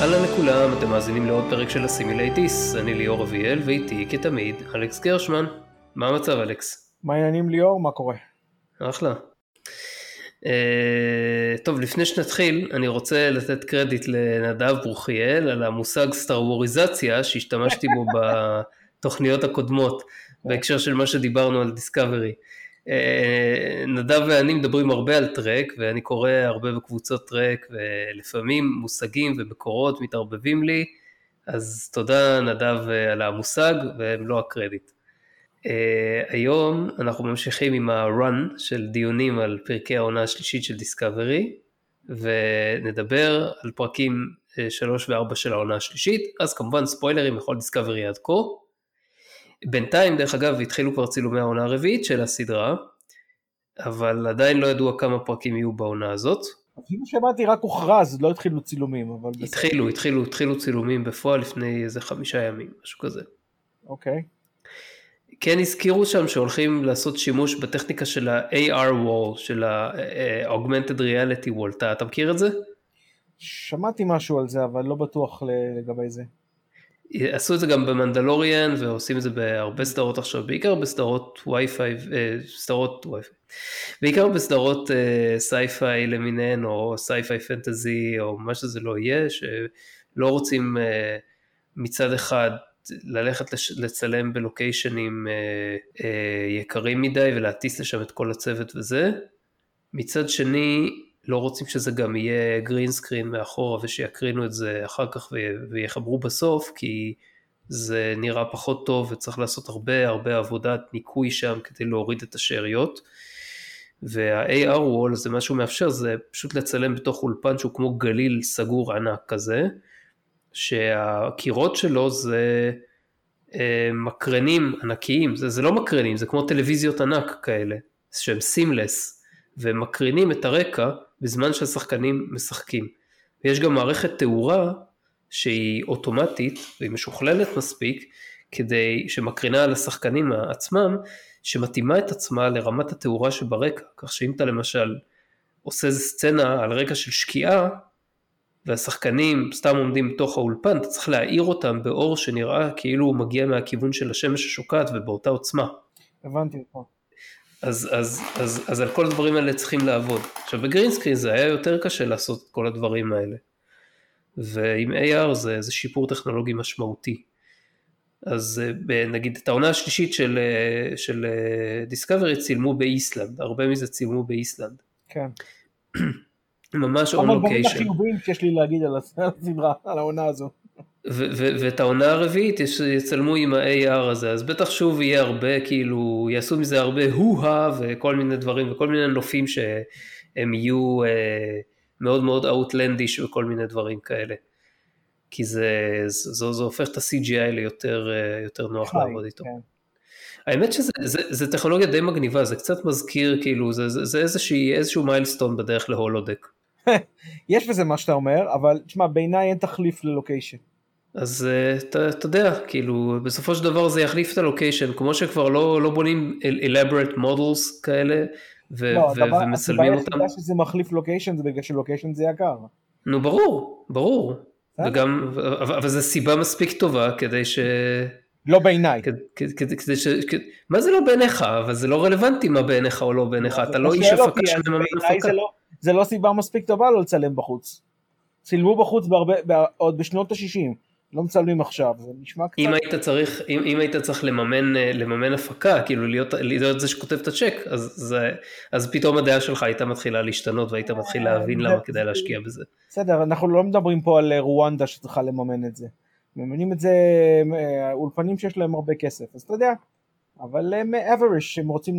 אהלן לכולם, אתם מאזינים לעוד פרק של הסימילייטיס, אני ליאור אביאל ואיתי כתמיד אלכס גרשמן. מה המצב אלכס? מה העניינים ליאור? מה קורה? אחלה. טוב, לפני שנתחיל אני רוצה לתת קרדיט לנדב ברוכיאל על המושג סטארוריזציה שהשתמשתי בו בתוכניות הקודמות בהקשר של מה שדיברנו על דיסקאברי. נדב ואני מדברים הרבה על טרק, ואני קורא הרבה בקבוצות טרק, ולפעמים מושגים ומקורות מתערבבים לי, אז תודה נדב על המושג ומלוא הקרדיט. היום אנחנו ממשיכים עם ה-run של דיונים על פרקי העונה השלישית של דיסקאברי, ונדבר על פרקים 3 ו-4 של העונה השלישית, אז כמובן ספוילרים לכל דיסקאברי עד כה. בינתיים, דרך אגב, התחילו כבר צילומי העונה הרביעית של הסדרה, אבל עדיין לא ידוע כמה פרקים יהיו בעונה הזאת. אפילו שמעתי רק הוכרז, לא התחילו צילומים, אבל... התחילו צילומים בפועל לפני איזה 5 ימים, משהו כזה. אוקיי. כן הזכירו שם שהולכים לעשות שימוש בטכניקה של ה-AR Wall, של ה-Augmented Reality Wall. אתה מכיר את זה? שמעתי משהו על זה, אבל לא בטוח לגבי זה. עשו את זה גם במנדלוריאן, ועושים את זה בהרבה סדרות עכשיו, בעיקר בסדרות וי-פיי, בעיקר בסדרות סי-פיי למיניהן, או סי-פיי פנטזי, או מה שזה לא יהיה, שלא רוצים מצד אחד ללכת לצלם בלוקיישנים יקרים מדי, ולהטיס לשם את כל הצוות וזה. מצד שני, לא רוצים שזה גם יהיה גרין סקרין מאחורה, ושיקרינו את זה אחר כך ויחברו בסוף, כי זה נראה פחות טוב, וצריך לעשות הרבה עבודת ניקוי שם, כדי להוריד את השאריות. וה-AR Wall זה משהו מאפשר, זה פשוט לצלם בתוך אולפן, שהוא כמו גליל סגור ענק כזה, שהקירות שלו זה מקרנים ענקיים, זה לא מקרנים, זה כמו טלוויזיות ענק כאלה, שהם סימלס, ומקרינים את הרקע בזמן שהשחקנים משחקים. ויש גם מערכת תאורה שהיא אוטומטית והיא משוכללת מספיק כדי שמקרינה על השחקנים עצמם, שמתאימה את עצמה לרמת התאורה שברקע, כך שאם אתה למשל עושה סצנה על רקע של שקיעה, והשחקנים סתם עומדים בתוך האולפן, אתה צריך להאיר אותם באור שנראה כאילו הוא מגיע מהכיוון של השמש השוקעת ובאותה עוצמה. הבנתי פה. אז על כל הדברים האלה צריכים לעבוד. עכשיו בגרינסקרין זה היה יותר קשה לעשות את כל הדברים האלה. ועם AR זה שיפור טכנולוגי משמעותי. אז נגיד את העונה השלישית של דיסקאברי צילמו באיסלנד, הרבה מזה צילמו באיסלנד. כן. ממש on location. אבל החיובים שיש לי להגיד על הסדרה, על העונה הזו. ואת העונה הרביעית יצלמו עם ה-AR הזה, אז בטח שוב יהיה הרבה, כאילו, יעשו מזה הרבה הו-ה וכל מיני דברים, וכל מיני נופים שהם יהיו מאוד מאוד outlandish וכל מיני דברים כאלה. כי זה הופך את ה-CGI ליותר נוח לעבוד איתו. האמת שזה טכנולוגיה די מגניבה, זה קצת מזכיר, כאילו, זה איזשהו מיילסטון בדרך להולודק. יש בזה מה שאתה אומר, אבל תשמע, בעיניי אין תחליף ללוקיישן. אז אתה יודע, כאילו, בסופו של דבר זה יחליף את הלוקיישן, כמו שכבר לא בונים elaborate models כאלה, ומצלמים אותם. הסיבה שזה מחליף לוקיישן, זה בגלל שלוקיישן זה יקר. נו, ברור. וגם, אבל זו סיבה מספיק טובה, כדי ש... לא בעיניי. מה זה לא בעיניך? אבל זה לא רלוונטי מה בעיניך או לא בעיניך, אתה לא איש הפקה שמממן הפקה. זה לא סיבה מספיק טובה לא לצלם בחוץ. צילמו בחוץ עוד בשנות ה-60, לא מצלמים עכשיו, זה נשמע קצת... אם היית צריך לממן הפקה, כאילו להיות זה שכותב את הצ'ק, אז פתאום הדעה שלך הייתה מתחילה להשתנות, והיית מתחיל להבין למה כדאי להשקיע בזה. בסדר, אנחנו לא מדברים פה על רואנדה שצריכה לממן את זה. ממנים את זה אולפנים שיש להם הרבה כסף, אז אתה יודע, אבל הם average, הם רוצים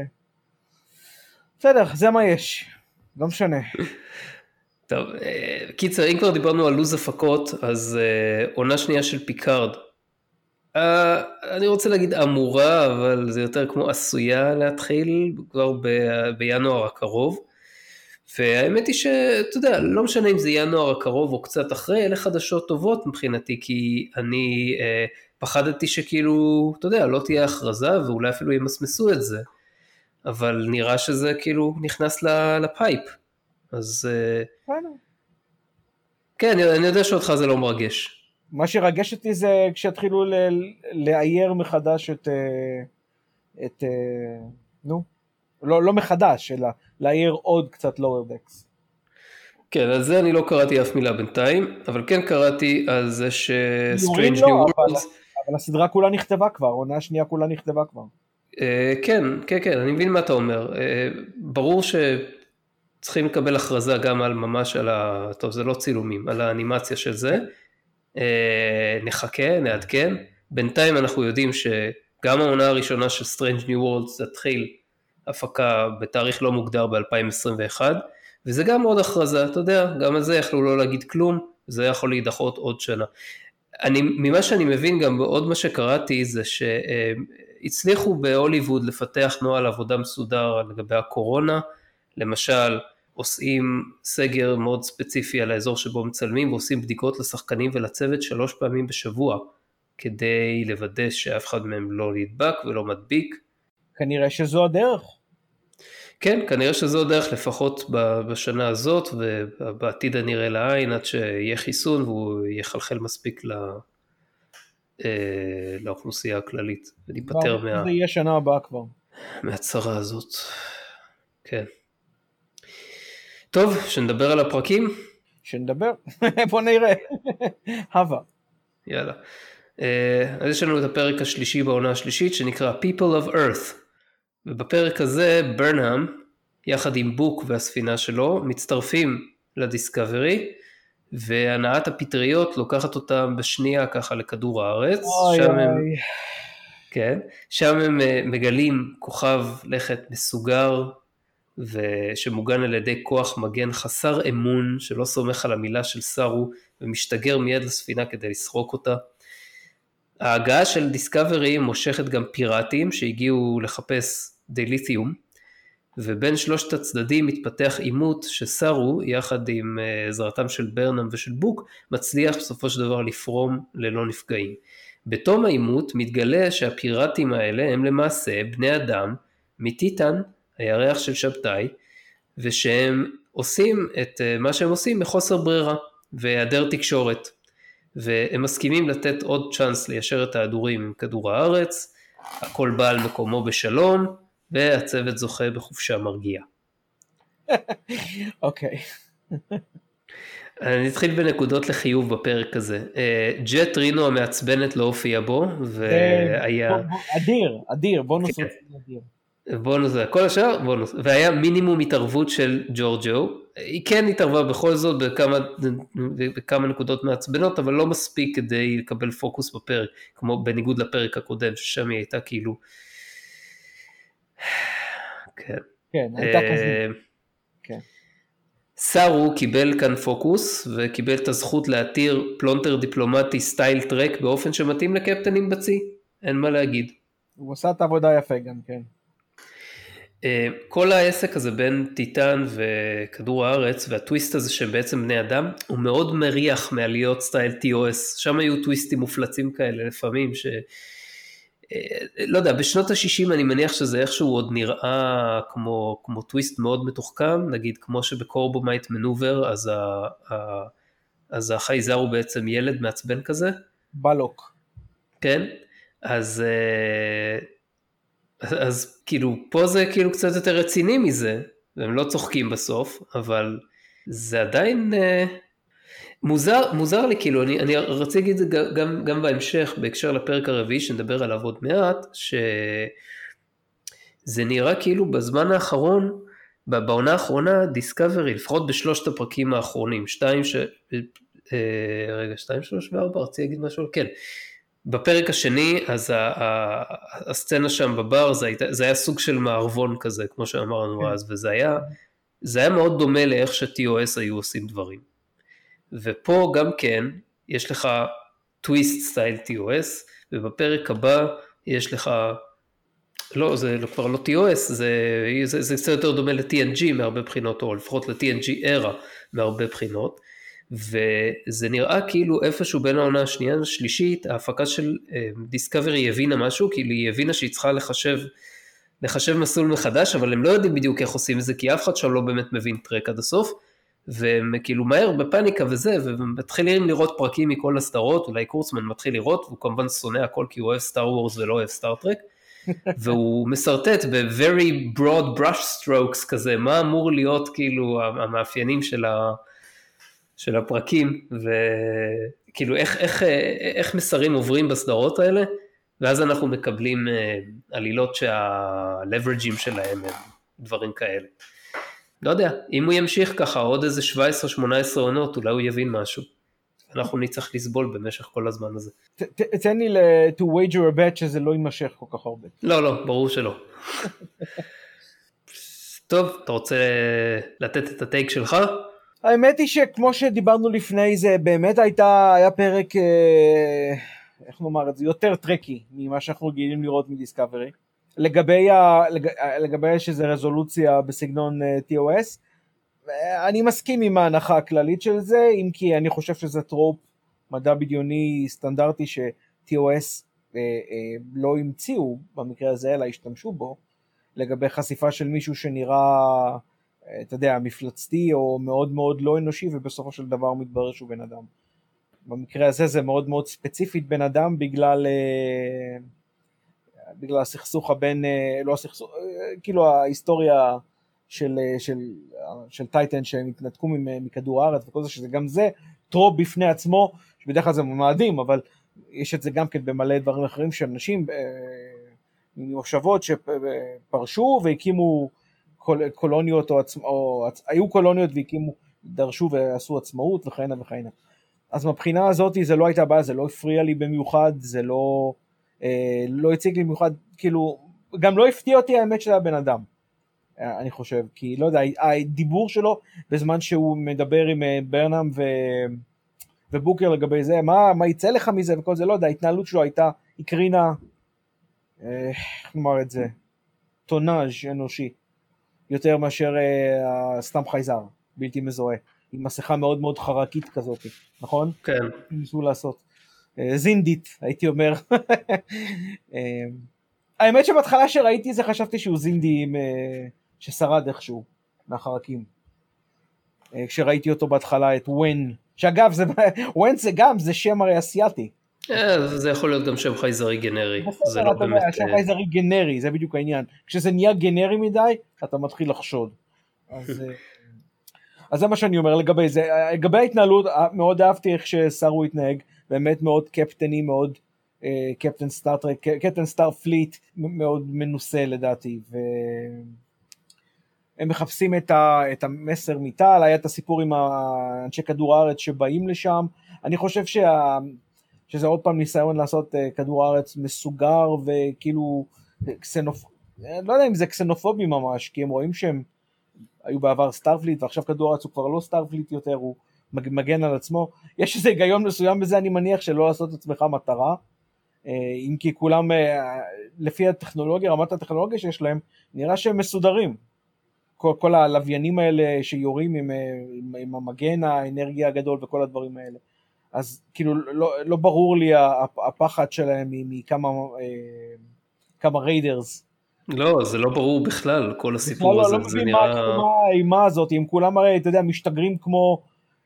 בסדר, זה מה יש, לא משנה. טוב, קיצר, אם כבר דיברנו על לוז הפקות, אז עונה שנייה של פיקארד. אני רוצה להגיד אמורה, אבל זה יותר כמו עשויה להתחיל כבר בינואר הקרוב. והאמת היא שאתה יודע, לא משנה אם זה ינואר הקרוב או קצת אחרי, אלה חדשות טובות מבחינתי, כי אני פחדתי שכאילו, אתה יודע, לא תהיה הכרזה, ואולי אפילו ימסמסו את זה. אבל נראה שזה כאילו נכנס לפייפ. אז כן, אני יודע שאותך זה לא מרגש. מה שרגש אותי זה כשהתחילו לאייר מחדש את נו, לא מחדש, אלא לאייר עוד קצת lower decks. כן, על זה אני לא קראתי אף מילה בינתיים, אבל כן קראתי על זה ש-Strange New Worlds... אבל הסדרה כולה נכתבה כבר, העונה השנייה כולה נכתבה כבר. כן, אני מבין מה אתה אומר. ברור שצריכים לקבל הכרזה גם על ממש על טוב, זה לא צילומים, על האנימציה של זה. נחכה, נעדכן. בינתיים אנחנו יודעים שגם העונה הראשונה של Strange New Worlds תתחיל הפקה בתאריך לא מוגדר ב-2021, וזה גם עוד הכרזה, אתה יודע, גם על זה יכלו לא להגיד כלום, זה יכול להידחות עוד שנה. ממה שאני מבין גם בעוד מה שקראתי זה שהצליחו בהוליווד לפתח נוהל עבודה מסודר לגבי הקורונה, למשל עושים סגר מאוד ספציפי על האזור שבו מצלמים ועושים בדיקות לשחקנים ולצוות 3 פעמים בשבוע, כדי לוודא שאף אחד מהם לא נדבק ולא מדביק. כנראה שזו הדרך. כן, כנראה שזו הדרך לפחות בשנה הזאת, ובעתיד הנראה לעין, עד שיהיה חיסון והוא יחלחל מספיק לאוכלוסייה הכללית, וניפטר זה יהיה שנה הבאה כבר. מהצרה הזאת. כן. טוב, שנדבר על הפרקים? שנדבר, בוא נראה. הווה. יאללה. אז יש לנו את הפרק השלישי בעונה השלישית, שנקרא People of Earth. ובפרק הזה ברנהאם, יחד עם בוק והספינה שלו, מצטרפים לדיסקאברי, והנעת הפטריות לוקחת אותם בשנייה ככה לכדור הארץ. שם הם מגלים כוכב לכת מסוגר, שמוגן על ידי כוח מגן חסר אמון, שלא סומך על המילה של סארו, ומשתגר מיד לספינה כדי לסרוק אותה. ההגעה של דיסקאברי מושכת גם פיראטים שהגיעו לחפש דליתיום, ובין שלושת הצדדים מתפתח עימות שסארו, יחד עם עזרתם של ברנהאם ושל בוק, מצליח בסופו של דבר לפרום ללא נפגעים. בתום העימות מתגלה שהפיראטים האלה הם למעשה בני אדם מטיטן, הירח של שבתאי, ושהם עושים את מה שהם עושים בחוסר ברירה והיעדר תקשורת. והם מסכימים לתת עוד צ'אנס ליישר את ההדורים עם כדור הארץ, הכל בא על מקומו בשלום, והצוות זוכה בחופשה מרגיעה. אוקיי. אני אתחיל בנקודות לחיוב בפרק הזה. ג'ט רינו המעצבנת לא הופיע בו, והיה... אדיר, בונוס אדיר. בונוס, כל השאר בונוס, והיה מינימום התערבות של ג'ורג'ו, היא כן התערבה בכל זאת בכמה נקודות מעצבנות, אבל לא מספיק כדי לקבל פוקוס בפרק, כמו בניגוד לפרק הקודם, ששם היא הייתה כאילו, כן, הייתה כזה, כן. סארו קיבל כאן פוקוס, וקיבל את הזכות להתיר פלונטר דיפלומטי סטייל טרק, באופן שמתאים לקפטנים בצי, אין מה להגיד. הוא עושה את העבודה יפה גם, כן. כל העסק הזה בין טיטן וכדור הארץ, והטוויסט הזה שבעצם בני אדם, הוא מאוד מריח מעליות סטייל TOS, שם היו טוויסטים מופלצים כאלה לפעמים, לא יודע, בשנות ה-60 אני מניח שזה איכשהו עוד נראה כמו טוויסט מאוד מתוחכם, נגיד כמו שבקורבומייט מנובר, אז החייזר הוא בעצם ילד מעצבן כזה. בלוק. כן, אז כאילו, פה זה כאילו קצת יותר רציני מזה, והם לא צוחקים בסוף, אבל זה עדיין מוזר לי, כאילו, אני רציתי להגיד את זה גם בהמשך, בהקשר לפרק הרביעי, שנדבר עליו עוד מעט, שזה נראה כאילו בזמן האחרון, בעונה האחרונה, דיסקאברי, לפחות בשלושת הפרקים האחרונים, 2, 3 ו-4, רציתי להגיד משהו, כן, בפרק השני, אז הסצנה שם בבר, זה היה סוג של מערבון כזה, כמו שאמרנו אז, וזה היה מאוד דומה לאיך ש-TOS היו עושים דברים. ופה גם כן, יש לך טוויסט סטייל TOS, ובפרק הבא יש לך, לא, זה כבר לא TOS, זה קצת יותר דומה ל-TNG מהרבה בחינות, או לפחות ל-TNG era מהרבה בחינות, וזה נראה כאילו איפשהו בין העונה השנייה השלישית, ההפקה של דיסקאברי הבינה משהו, כאילו היא הבינה שהיא צריכה לחשב מסלול מחדש, אבל הם לא יודעים בדיוק איך עושים את זה, כי אף אחד שם לא באמת מבין טרק עד הסוף, והם כאילו מהר בפאניקה וזה, ומתחילים לראות פרקים מכל הסדרות, אולי קורצמן מתחיל לראות, והוא כמובן שונא הכל כי הוא אוהב סטאר וורס ולא אוהב סטאר טרק, והוא מסרטט ב-very broad brush strokes כזה, מה אמור להיות כאילו המאפיינים של הפרקים, וכאילו איך מסרים עוברים בסדרות האלה, ואז אנחנו מקבלים עלילות שהלברג'ים שלהם הם דברים כאלה. לא יודע, אם הוא ימשיך ככה עוד איזה 17-18 עונות, אולי הוא יבין משהו. אנחנו נצטרך לסבול במשך כל הזמן הזה. תן לי to wager a bet שזה לא יימשך כל כך הרבה. לא, ברור שלא. טוב, אתה רוצה לתת את הטייק שלך? האמת היא שכמו שדיברנו לפני זה, באמת היה פרק, איך נאמר את זה, יותר טרקי ממה שאנחנו רגילים לראות מדיסקאברי. לגבי שזה רזולוציה בסגנון TOS, אני מסכים עם ההנחה הכללית של זה, אם כי אני חושב שזה טרופ מדע בדיוני סטנדרטי ש-TOS לא המציאו במקרה הזה, אלא השתמשו בו, לגבי חשיפה של מישהו שנראה, אתה יודע, מפלצתי או מאוד מאוד לא אנושי, ובסופו של דבר מתברר שהוא בן אדם. במקרה הזה זה מאוד מאוד ספציפית בן אדם, בגלל הסכסוך הבין, לא הסכסוך, כאילו ההיסטוריה של טייטן שהם התנתקו מכדור הארץ וכל זה, שזה גם זה טרופ בפני עצמו, שבדרך כלל זה ממאדים, אבל יש את זה גם כן במלא דברים אחרים של אנשים ממושבות שפרשו והקימו קולוניות, או היו קולוניות והקימו, דרשו ועשו עצמאות וכהנה וכהנה. אז מבחינה הזאת זה לא הייתה בעיה, זה לא הפריע לי במיוחד, זה לא הציג לי במיוחד, כאילו, גם לא הפתיע אותי האמת של הבן אדם, אני חושב, כי לא יודע, הדיבור שלו בזמן שהוא מדבר עם ברנאם ובוקר לגבי זה, מה יצא לך מזה וכל זה, לא יודע, ההתנהלות שלו הייתה, הקרינה, איך נאמר את זה, טונאז' אנושי, יותר מאשר סתם חייזר, בלתי מזוהה, עם מסכה מאוד מאוד חרקית כזאת, נכון? כן. ניסו לעשות. זינדית, הייתי אומר. האמת שבהתחלה שראיתי זה חשבתי שהוא זינדי ששרד איכשהו מהחרקים. כשראיתי אותו בהתחלה את ון, שאגב ון זה שם הרי אסיאתי. זה יכול להיות גם שם חייזרי גנרי. זה לא באמת... שם חייזרי גנרי, זה בדיוק העניין. כשזה נהיה גנרי מדי, אתה מתחיל לחשוד. אז זה מה שאני אומר לגבי זה. לגבי ההתנהלות, מאוד אהבתי איך ששרו התנהג, באמת מאוד קפטני, מאוד קפטן סטארטרק, קפטן סטאר פליט, מאוד מנוסה לדעתי, והם מחפשים את המסר מטל, היה את הסיפור עם אנשי כדור הארץ שבאים לשם, אני חושב שזה עוד פעם ניסיון לעשות כדור הארץ מסוגר, וכאילו, לא יודע אם זה קסנופובי ממש, כי הם רואים שהם היו בעבר סטארפליט, ועכשיו כדור הארץ הוא כבר לא סטארפליט יותר, הוא מגן על עצמו, יש איזה היגיון מסוים בזה, אני מניח שלא לעשות את עצמך מטרה, אם כי כולם, לפי הטכנולוגיה, רמת הטכנולוגיה שיש להם, נראה שהם מסודרים, כל הלוויינים האלה שיורים עם המגן האנרגיה הגדול וכל הדברים האלה, אז כאילו לא ברור לי הפחד שלהם מכמה ריידרס, לא, זה לא ברור בכלל, כל הסיפור הזה, זה נראה... מה האימה הזאת, אם כולם הרי, אתה יודע, משתגרים כמו,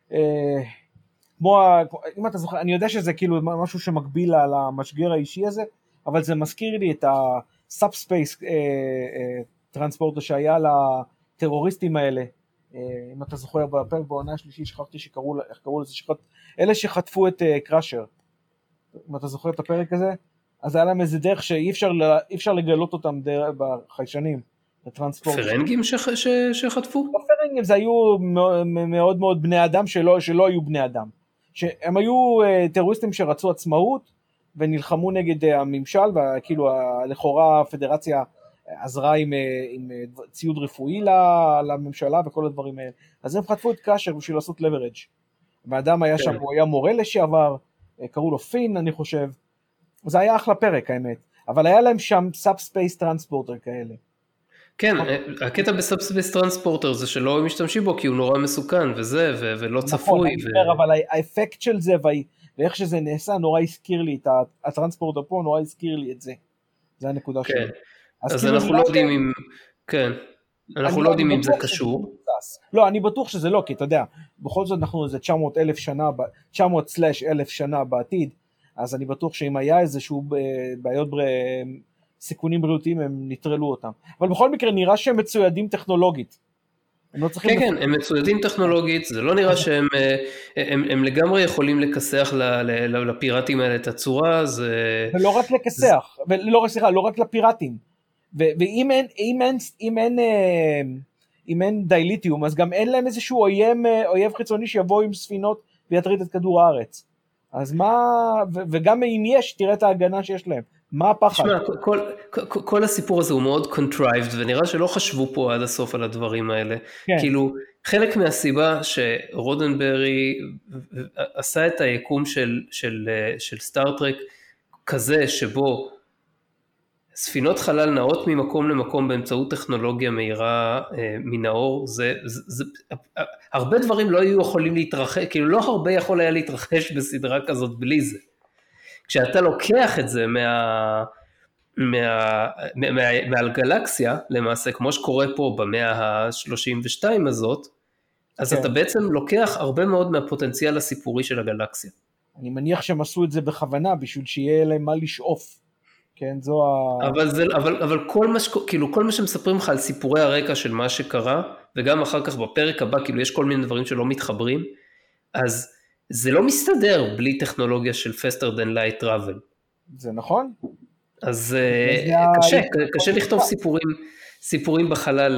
אם אתה זוכר, אני יודע שזה כאילו משהו שמקביל על המשגר האישי הזה, אבל זה מזכיר לי את הסאבספייס טרנספורטר שהיה לטרוריסטים האלה, אם אתה זוכר בפרק בעונה השלישי, שכחתי איך קראו לזה, אלה שחטפו את קראשר, אם אתה זוכר את הפרק הזה, אז היה להם איזה דרך שאי אפשר לגלות אותם בחיישנים, הטרנספורט. פרנגים שחטפו? הפרנגים זה היו מאוד מאוד בני אדם שלא היו בני אדם. שהם היו טרוריסטים שרצו עצמאות, ונלחמו נגד הממשל, וכאילו לכאורה הפדרציה עזרה עם ציוד רפואי לממשלה וכל הדברים האלה. אז הם חטפו את קאשר בשביל לעשות לברג'. האדם היה שם, הוא היה מורה לשעבר, קראו לו פין אני חושב, זה היה אחלה פרק האמת, אבל היה להם שם סאבספייס טרנספורטר כאלה. כן, הקטע בסאבספייס טרנספורטר זה שלא משתמשים בו כי הוא נורא מסוכן וזה, ולא צפוי. אבל האפקט של זה ואיך שזה נעשה נורא הזכיר לי, הטרנספורטר פה נורא הזכיר לי את זה. זה הנקודה שלי. אז אנחנו לא יודעים אם... כן. אנחנו לא יודעים אם זה קשור. לא, אני בטוח שזה לא, כי אתה יודע, בכל זאת אנחנו איזה 900/1000 שנה בעתיד, אז אני בטוח שאם היה איזשהו בעיות סיכונים בריאותיים, הם נטרלו אותם. אבל בכל מקרה נראה שהם מצוידים טכנולוגית. כן, כן, הם מצוידים טכנולוגית, זה לא נראה שהם הם לגמרי יכולים לכסח לפיראטים האלה את הצורה, ולא רק לכסח, לא רק לפיראטים, ואם אין דייליטיום, אז גם אין להם איזשהו אויב חיצוני שיבוא עם ספינות ויטריד את כדור הארץ. אז מה, וגם אם יש, תראה את ההגנה שיש להם. מה הפחד? תשמע, כל הסיפור הזה הוא מאוד contrived, ונראה שלא חשבו פה עד הסוף על הדברים האלה. כן. כאילו, חלק מהסיבה שרודנברי עשה את היקום של סטארטרק כזה, שבו ספינות חלל נעות ממקום למקום באמצעות טכנולוגיה מהירה מן האור, הרבה דברים לא היו יכולים להתרחש, כאילו לא הרבה יכול היה להתרחש בסדרה כזאת בלי זה. כשאתה לוקח את זה מהגלקסיה, למעשה, כמו שקורה פה במאה ה-32 הזאת, אז אתה בעצם לוקח הרבה מאוד מהפוטנציאל הסיפורי של הגלקסיה. אני מניח שהם עשו את זה בכוונה, בשביל שיהיה להם מה לשאוף. כן, זו אבל כל מה שמספרים לך על סיפורי הרקע של מה שקרה, וגם אחר כך בפרק הבא, כאילו יש כל מיני דברים שלא מתחברים, אז זה לא מסתדר בלי טכנולוגיה של faster than light travel. זה נכון. אז קשה לכתוב סיפורים בחלל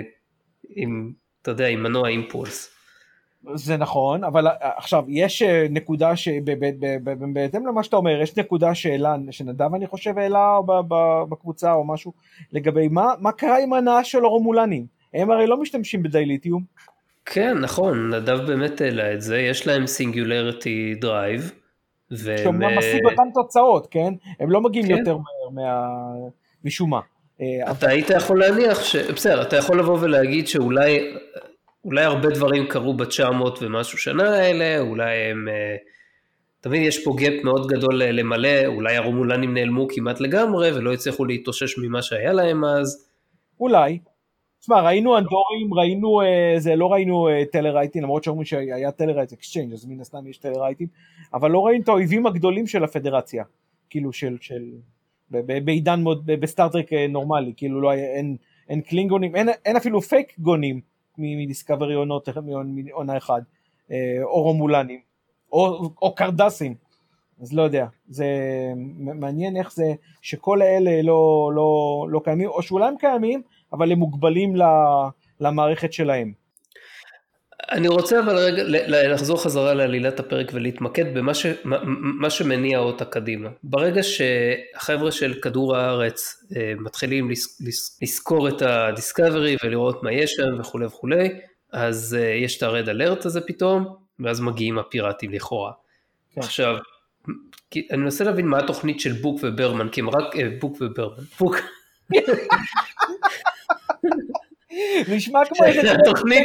עם, אתה יודע, עם מנוע אימפולס. זה נכון, אבל עכשיו יש נקודה שבהתאם למה שאתה אומר, יש נקודה שנדב אני חושב העלה בקבוצה או משהו, לגבי מה קרה עם הנאה של הרומולנים, הם הרי לא משתמשים בדייליטיום. כן, נכון, נדב באמת העלה את זה, יש להם סינגולריטי דרייב, שאומנם משיג אותם תוצאות, כן? הם לא מגיעים יותר משום מה. אתה היית יכול להניח, בסדר, אתה יכול לבוא ולהגיד שאולי הרבה דברים קרו ב-900 ומשהו שנה האלה, אולי הם, תמיד יש פה גאפ מאוד גדול למלא, אולי הרומולנים נעלמו כמעט לגמרי, ולא הצליחו להתאושש ממה שהיה להם אז. אולי. תשמע, ראינו אנדורים, לא ראינו טלרייטים, למרות שאומרים שהיה טלרייט אקסצ'יינג', אז מן הסתם יש טלרייטים, אבל לא ראינו את האויבים הגדולים של הפדרציה, כאילו בעידן בסטארטרק נורמלי, כאילו לא היה, אין קלינגונים, אין אפילו פייק גונים, מדיסקאברי עונה אחד, או רומולנים, או קרדסים, אז לא יודע, זה מעניין איך זה, שכל האלה לא קיימים, או שאולי הם קיימים, אבל הם מוגבלים למערכת שלהם. אני רוצה אבל רגע לחזור חזרה לעלילת הפרק ולהתמקד במה שמניע אותה קדימה. ברגע שהחבר'ה של כדור הארץ מתחילים לזכור את הדיסקאברי ולראות מה יש שם וכו' וכו', אז יש את הרד אלרט הזה פתאום, ואז מגיעים הפיראטים לכאורה. כן. עכשיו, אני מנסה להבין מה התוכנית של בוק וברמן, כי הם רק בוק וברמן. בוק. נשמע כמו איזה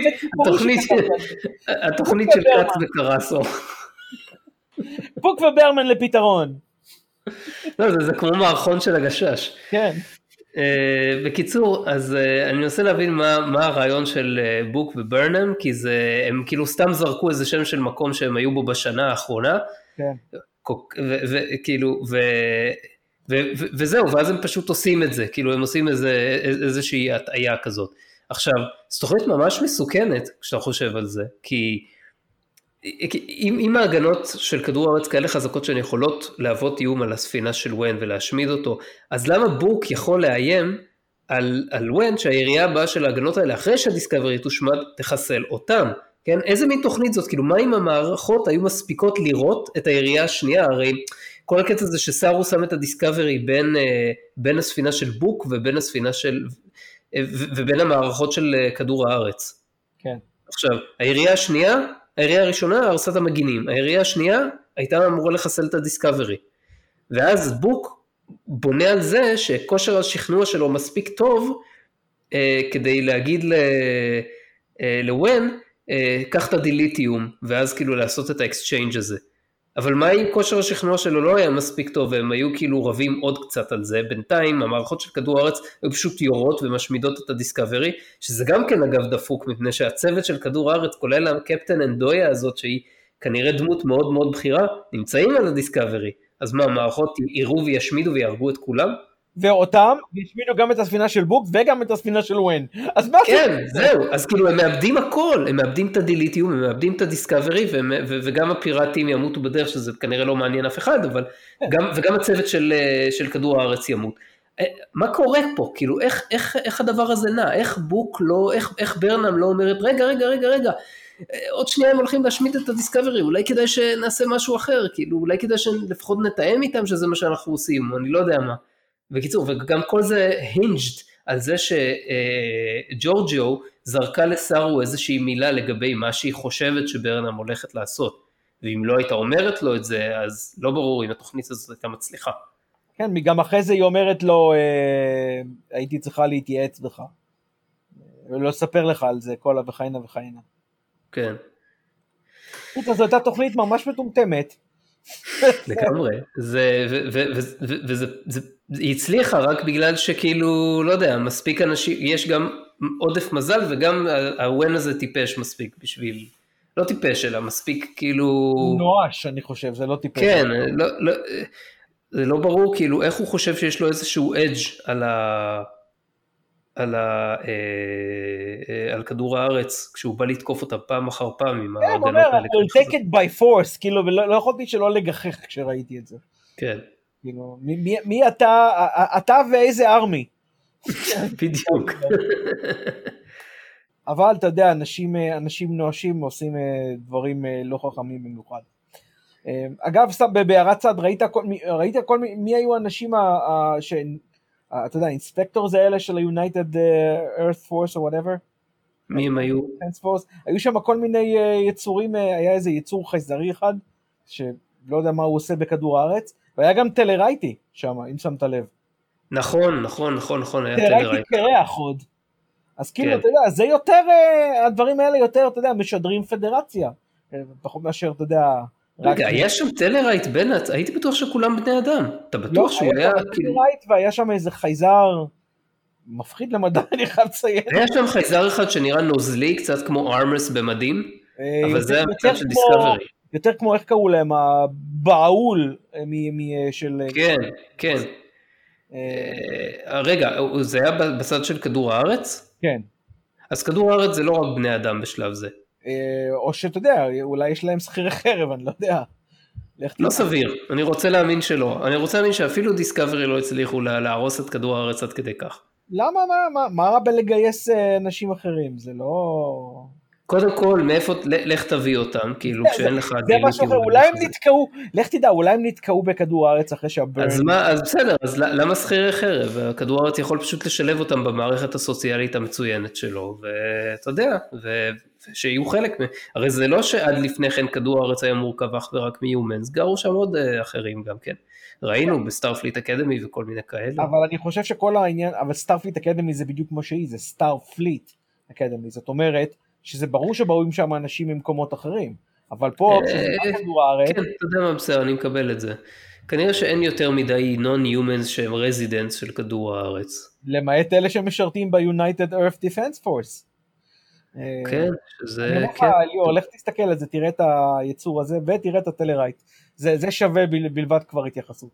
התוכנית של קאץ וקרסו. בוק וברמן לפתרון. לא, זה כמו מערכון של הגשש. כן. בקיצור, אז אני מנסה להבין מה הרעיון של בוק וברנם, כי הם כאילו סתם זרקו איזה שם של מקום שהם היו בו בשנה האחרונה. כן. וכאילו, וזהו, ואז הם פשוט עושים את זה, כאילו הם עושים איזושהי הטעיה כזאת. עכשיו, זו תוכנית ממש מסוכנת, כשאתה חושב על זה, כי אם ההגנות של כדור הארץ כאלה חזקות שהן יכולות להוות איום על הספינה של ון ולהשמיד אותו, אז למה בוק יכול לאיים על ון שהירייה הבאה של ההגנות האלה, אחרי שהדיסקאברי תושמד, תחסל אותם? כן? איזה מין תוכנית זאת? כאילו, מה אם המערכות היו מספיקות לראות את הירייה השנייה? הרי כל הקטע זה שסארו שם את הדיסקאברי בין הספינה של בוק ובין הספינה ובין המערכות של כדור הארץ. כן. עכשיו, הירייה הראשונה הרסת המגינים, הירייה השנייה הייתה אמורה לחסל את הדיסקאברי. ואז בוק בונה על זה שכושר השכנוע שלו מספיק טוב כדי להגיד לוון, קח את הדיליטיום, ואז כאילו לעשות את האקסצ'יינג' הזה. אבל מה אם כושר השכנוע שלו לא היה מספיק טוב, והם היו כאילו רבים עוד קצת על זה, בינתיים המערכות של כדור הארץ היו פשוט יורות ומשמידות את הדיסקאברי, שזה גם כן אגב דפוק, מפני שהצוות של כדור הארץ, כולל הקפטן אנדויה הזאת, שהיא כנראה דמות מאוד מאוד בכירה, נמצאים על הדיסקאברי, אז מה, המערכות יראו וישמידו ויהרגו את כולם? ואותם, והשמידו גם את הספינה של בוק, וגם את הספינה של ווין. אז מה כן, זהו, אז כאילו הם מאבדים הכל, הם מאבדים את הדיליטיום, הם מאבדים את הדיסקאברי, וגם הפיראטים ימותו בדרך, שזה כנראה לא מעניין אף אחד, אבל וגם הצוות של כדור הארץ ימות. מה קורה פה? כאילו, איך הדבר הזה נע? איך בוק לא, איך ברנם לא אומרת, רגע, עוד שנייה הם הולכים להשמיד את הדיסקאברי, אולי כדאי שנעשה משהו אחר, כאילו, אולי כדאי שלפחות נתאם איתם שזה מה שאנחנו עושים, אני לא יודע מה. בקיצור, וגם כל זה hinged על זה שג'ורג'יו זרקה לסארו איזושהי מילה לגבי מה שהיא חושבת שברנם הולכת לעשות, ואם לא הייתה אומרת לו את זה, אז לא ברור אם התוכנית הזאת הייתה מצליחה. כן, גם אחרי זה היא אומרת לו, הייתי צריכה להתייעץ בך, ולא לספר לך על זה, כל וחיינה וחיינה. כן. זו הייתה תוכנית ממש מטומטמת. לגמרי, היא הצליחה רק בגלל שכאילו, לא יודע, מספיק אנשים, יש גם עודף מזל, וגם הוואן הזה טיפש מספיק בשביל, לא טיפש, אלא מספיק כאילו... נואש, אני חושב, זה לא טיפש. כן, זה לא ברור כאילו איך הוא חושב שיש לו איזשהו אדג' על כדור הארץ, כשהוא בא לתקוף אותה פעם אחר פעם עם ההגנות האלה. הוא אומר, I'll take it by force, כאילו, ולא יכולתי שלא לגחך כשראיתי את זה. כן. כאילו, מי אתה ואיזה ארמי? בדיוק. אבל אתה יודע, אנשים נואשים עושים דברים לא חכמים במיוחד. אגב, בהערת צד, ראית מי היו האנשים אתה יודע, אינספקטור זה אלה של ה-United Earth Force או whatever? מי הם היו? היו שם כל מיני יצורים, היה איזה יצור חייזרי אחד, שלא יודע מה הוא עושה בכדור הארץ, והיה גם טלרייטי שם, אם שמת לב. נכון, היה טלרייטי קרח עוד. אז כאילו, אתה יודע, זה יותר, הדברים האלה יותר, אתה יודע, משדרים פדרציה, פחות מאשר, אתה יודע... רגע, היה שם טלרייט בנט, הייתי בטוח שכולם בני אדם, אתה בטוח שהוא היה... לא, היה טלרייט והיה שם איזה חייזר מפחיד למדע, אני חייב לציין. היה שם חייזר אחד שנראה נוזלי, קצת כמו ארמרס במדים, אבל זה המצב של דיסקאברי. יותר כמו, איך קראו להם, הבעול של... כן. רגע, זה היה בצד של כדור הארץ? כן. אז כדור הארץ זה לא רק בני אדם בשלב זה. או שאתה יודע, אולי יש להם שכירי חרב, אני לא יודע. לא סביר, אני רוצה להאמין שלא. אני רוצה להאמין שאפילו דיסקאברי לא הצליחו להרוס את כדור הארץ עד כדי כך. למה? מה רע בלגייס אנשים אחרים? זה לא... קודם כל, מאיפה, לך תביא אותם, כאילו, כשאין לך... זה משהו אחר, אולי הם נתקעו, לך תדע, אולי הם נתקעו בכדור הארץ אחרי שהברן... אז בסדר, אז למה שכירי חרב? כדור הארץ יכול פשוט לשלב אותם במערכת הסוציאלית המצוינת שלו, ואתה יודע, שיהיו חלק, הרי זה לא שעד לפני כן כדור הארץ היה מורכב אך ורק מיומנס, גרו שם עוד אחרים גם כן. ראינו בסטארפליט אקדמי וכל מיני כאלה. אבל אני חושב שכל העניין, אבל סטארפליט אקדמי זה בדיוק כמו שהיא, זה סטארפליט אקדמי, זאת אומרת, שזה ברור שבאים שם אנשים ממקומות אחרים, אבל פה, כשזה כדור הארץ... כן, אתה יודע מה בסדר, אני מקבל את זה. כנראה שאין יותר מדי non-humans שהם רזידנטס של כדור הארץ. למעט אלה שמשרתים ב-United Earth Defense Force. כן, שזה... אני אומר לך, ליאור, לך תסתכל על זה, תראה את היצור הזה, ותראה את הטלרייט. זה שווה בלבד כבר התייחסות.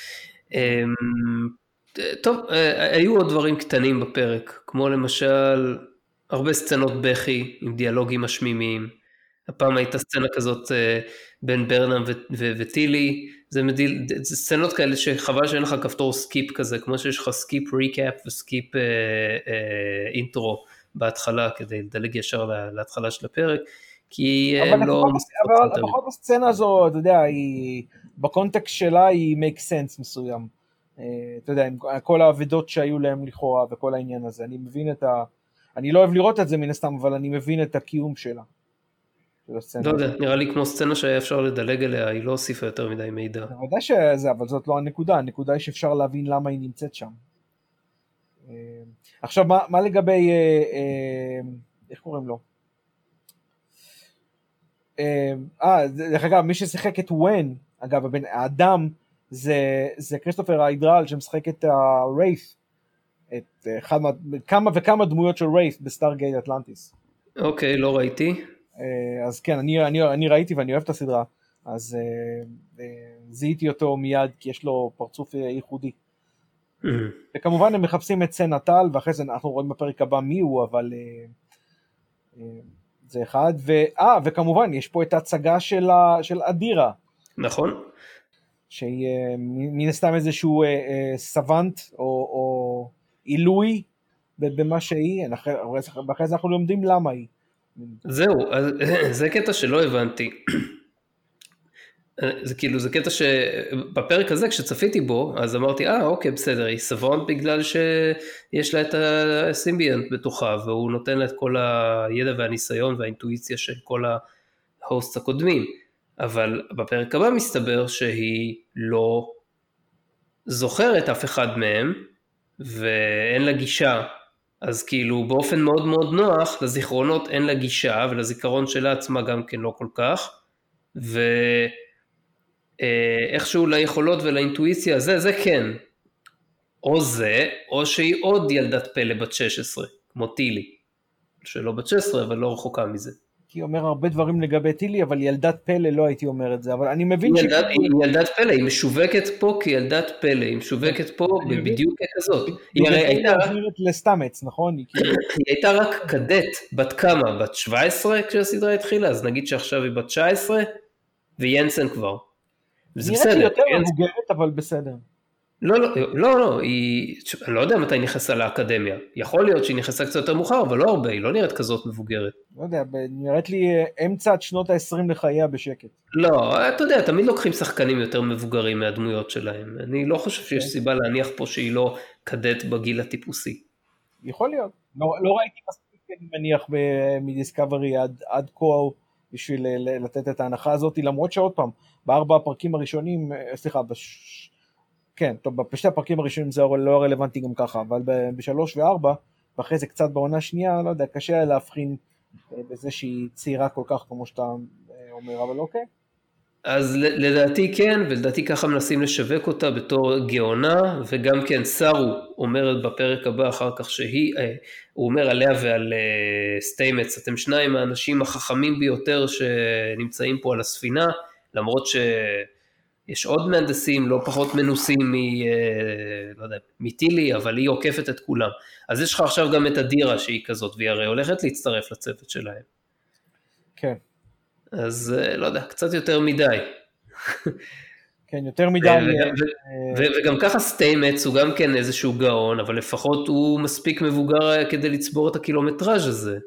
טוב, היו עוד דברים קטנים בפרק, כמו למשל... הרבה סצנות בכי עם דיאלוגים משמימיים. הפעם הייתה סצנה כזאת בין ברנם וטילי, זה סצנות כאלה שחבל שאין לך כפתור סקיפ כזה, כמו שיש לך סקיפ ריקאפ וסקיפ אינטרו בהתחלה, כדי לדלג ישר להתחלה של הפרק, כי הם לא... אבל לפחות הסצנה הזו, אתה יודע, בקונטקסט שלה היא make sense מסוים. אתה יודע, עם כל העבדות שהיו להם לכאורה וכל העניין הזה, אני מבין אני לא אוהב לראות את זה מן הסתם, אבל אני מבין את הקיום שלה. לא יודע, נראה לי כמו סצנה שהיה אפשר לדלג אליה, היא לא הוסיפה יותר מדי מידע. בוודאי שזה, אבל זאת לא הנקודה, הנקודה היא שאפשר להבין למה היא נמצאת שם. עכשיו, מה לגבי, איך קוראים לו? דרך אגב, מי ששיחק את ון, אגב, האדם, זה כריסטופר איידרל, שמשחק את הרייס, את כמה וכמה דמויות של רייס בסטארגייט אטלנטיס. אוקיי, לא ראיתי. אז כן, אני ראיתי ואני אוהב את הסדרה, אז זיהיתי אותו מיד, כי יש לו פרצוף ייחודי. וכמובן הם מחפשים את סן נטל, ואחרי זה אנחנו רואים בפרק הבא מי הוא, אבל זה אחד, וכמובן יש פה את ההצגה של אדירה. נכון. שהיא מן הסתם איזשהו סוונט, או עילוי, במה שהיא, ואחרי זה אנחנו לומדים למה היא. זהו, זה קטע שלא הבנתי. זה כאילו, זה קטע שבפרק הזה, כשצפיתי בו, אז אמרתי, אוקיי, בסדר, היא סוונט בגלל שיש לה את הסימביאנט בתוכה, והוא נותן לה את כל הידע והניסיון והאינטואיציה של כל ההוסט הקודמים. אבל בפרק הבא מסתבר שהיא לא זוכרת אף אחד מהם, ואין לה גישה, אז כאילו באופן מאוד מאוד נוח, לזיכרונות אין לה גישה, ולזיכרון שלה עצמה גם כן לא כל כך, ואיכשהו ליכולות ולאינטואיציה, זה כן, או זה, או שהיא עוד ילדת פלא בת 16, כמו טילי, שלא בת 16, אבל לא רחוקה מזה. כי אומר הרבה דברים לגבי טילי, אבל ילדת פלא לא הייתי אומר את זה, אבל אני מבין היא ילדת פלא, היא משווקת פה כילדת פלא, היא משווקת פה בדיוק כזאת. היא הרי הייתה לסטאמץ, נכון? היא הייתה רק קדט, בת כמה? בת 17 כשהסדרה התחילה, אז נגיד שעכשיו היא בת 19, וינסן כבר. זה בסדר. נראית יותר מבוגרת, אבל בסדר. לא, אני לא יודע מתי היא נכנסה לאקדמיה, יכול להיות שהיא נכנסה קצת יותר מאוחר, אבל לא הרבה, היא לא נראית כזאת מבוגרת. לא יודע, נראית לי אמצע עד שנות ה-20 לחייה בשקט. לא, אתה יודע, תמיד לוקחים שחקנים יותר מבוגרים מהדמויות שלהם, אני לא חושב שיש סיבה להניח פה שהיא לא קדט בגיל הטיפוסי. יכול להיות, לא ראיתי מספיק אני מניח מדיסקאברי עד כה בשביל לתת את ההנחה הזאת, למרות שעוד פעם, בארבע הפרקים הראשונים, סליחה, כן, טוב, בשתי הפרקים הראשונים זה לא רלוונטי גם ככה, אבל בשלוש וארבע, ואחרי זה קצת בעונה שנייה, לא יודע, קשה להבחין בזה שהיא צעירה כל כך, כמו שאתה אומר, אבל אוקיי. אז לדעתי כן, ולדעתי ככה מנסים לשווק אותה בתור גאונה, וגם כן סארו אומרת בפרק הבא אחר כך הוא אומר עליה ועל סטיימץ, אתם שניים האנשים החכמים ביותר שנמצאים פה על הספינה, למרות יש עוד מהנדסים לא פחות מנוסים לא יודע, מטילי, אבל היא עוקפת את כולם. אז יש לך עכשיו גם את אדירה שהיא כזאת, והיא הרי הולכת להצטרף לצוות שלהם. כן. אז לא יודע, קצת יותר מדי. כן, יותר מדי. וגם ככה סטיימץ הוא גם כן איזשהו גאון, אבל לפחות הוא מספיק מבוגר כדי לצבור את הקילומטראז' הזה.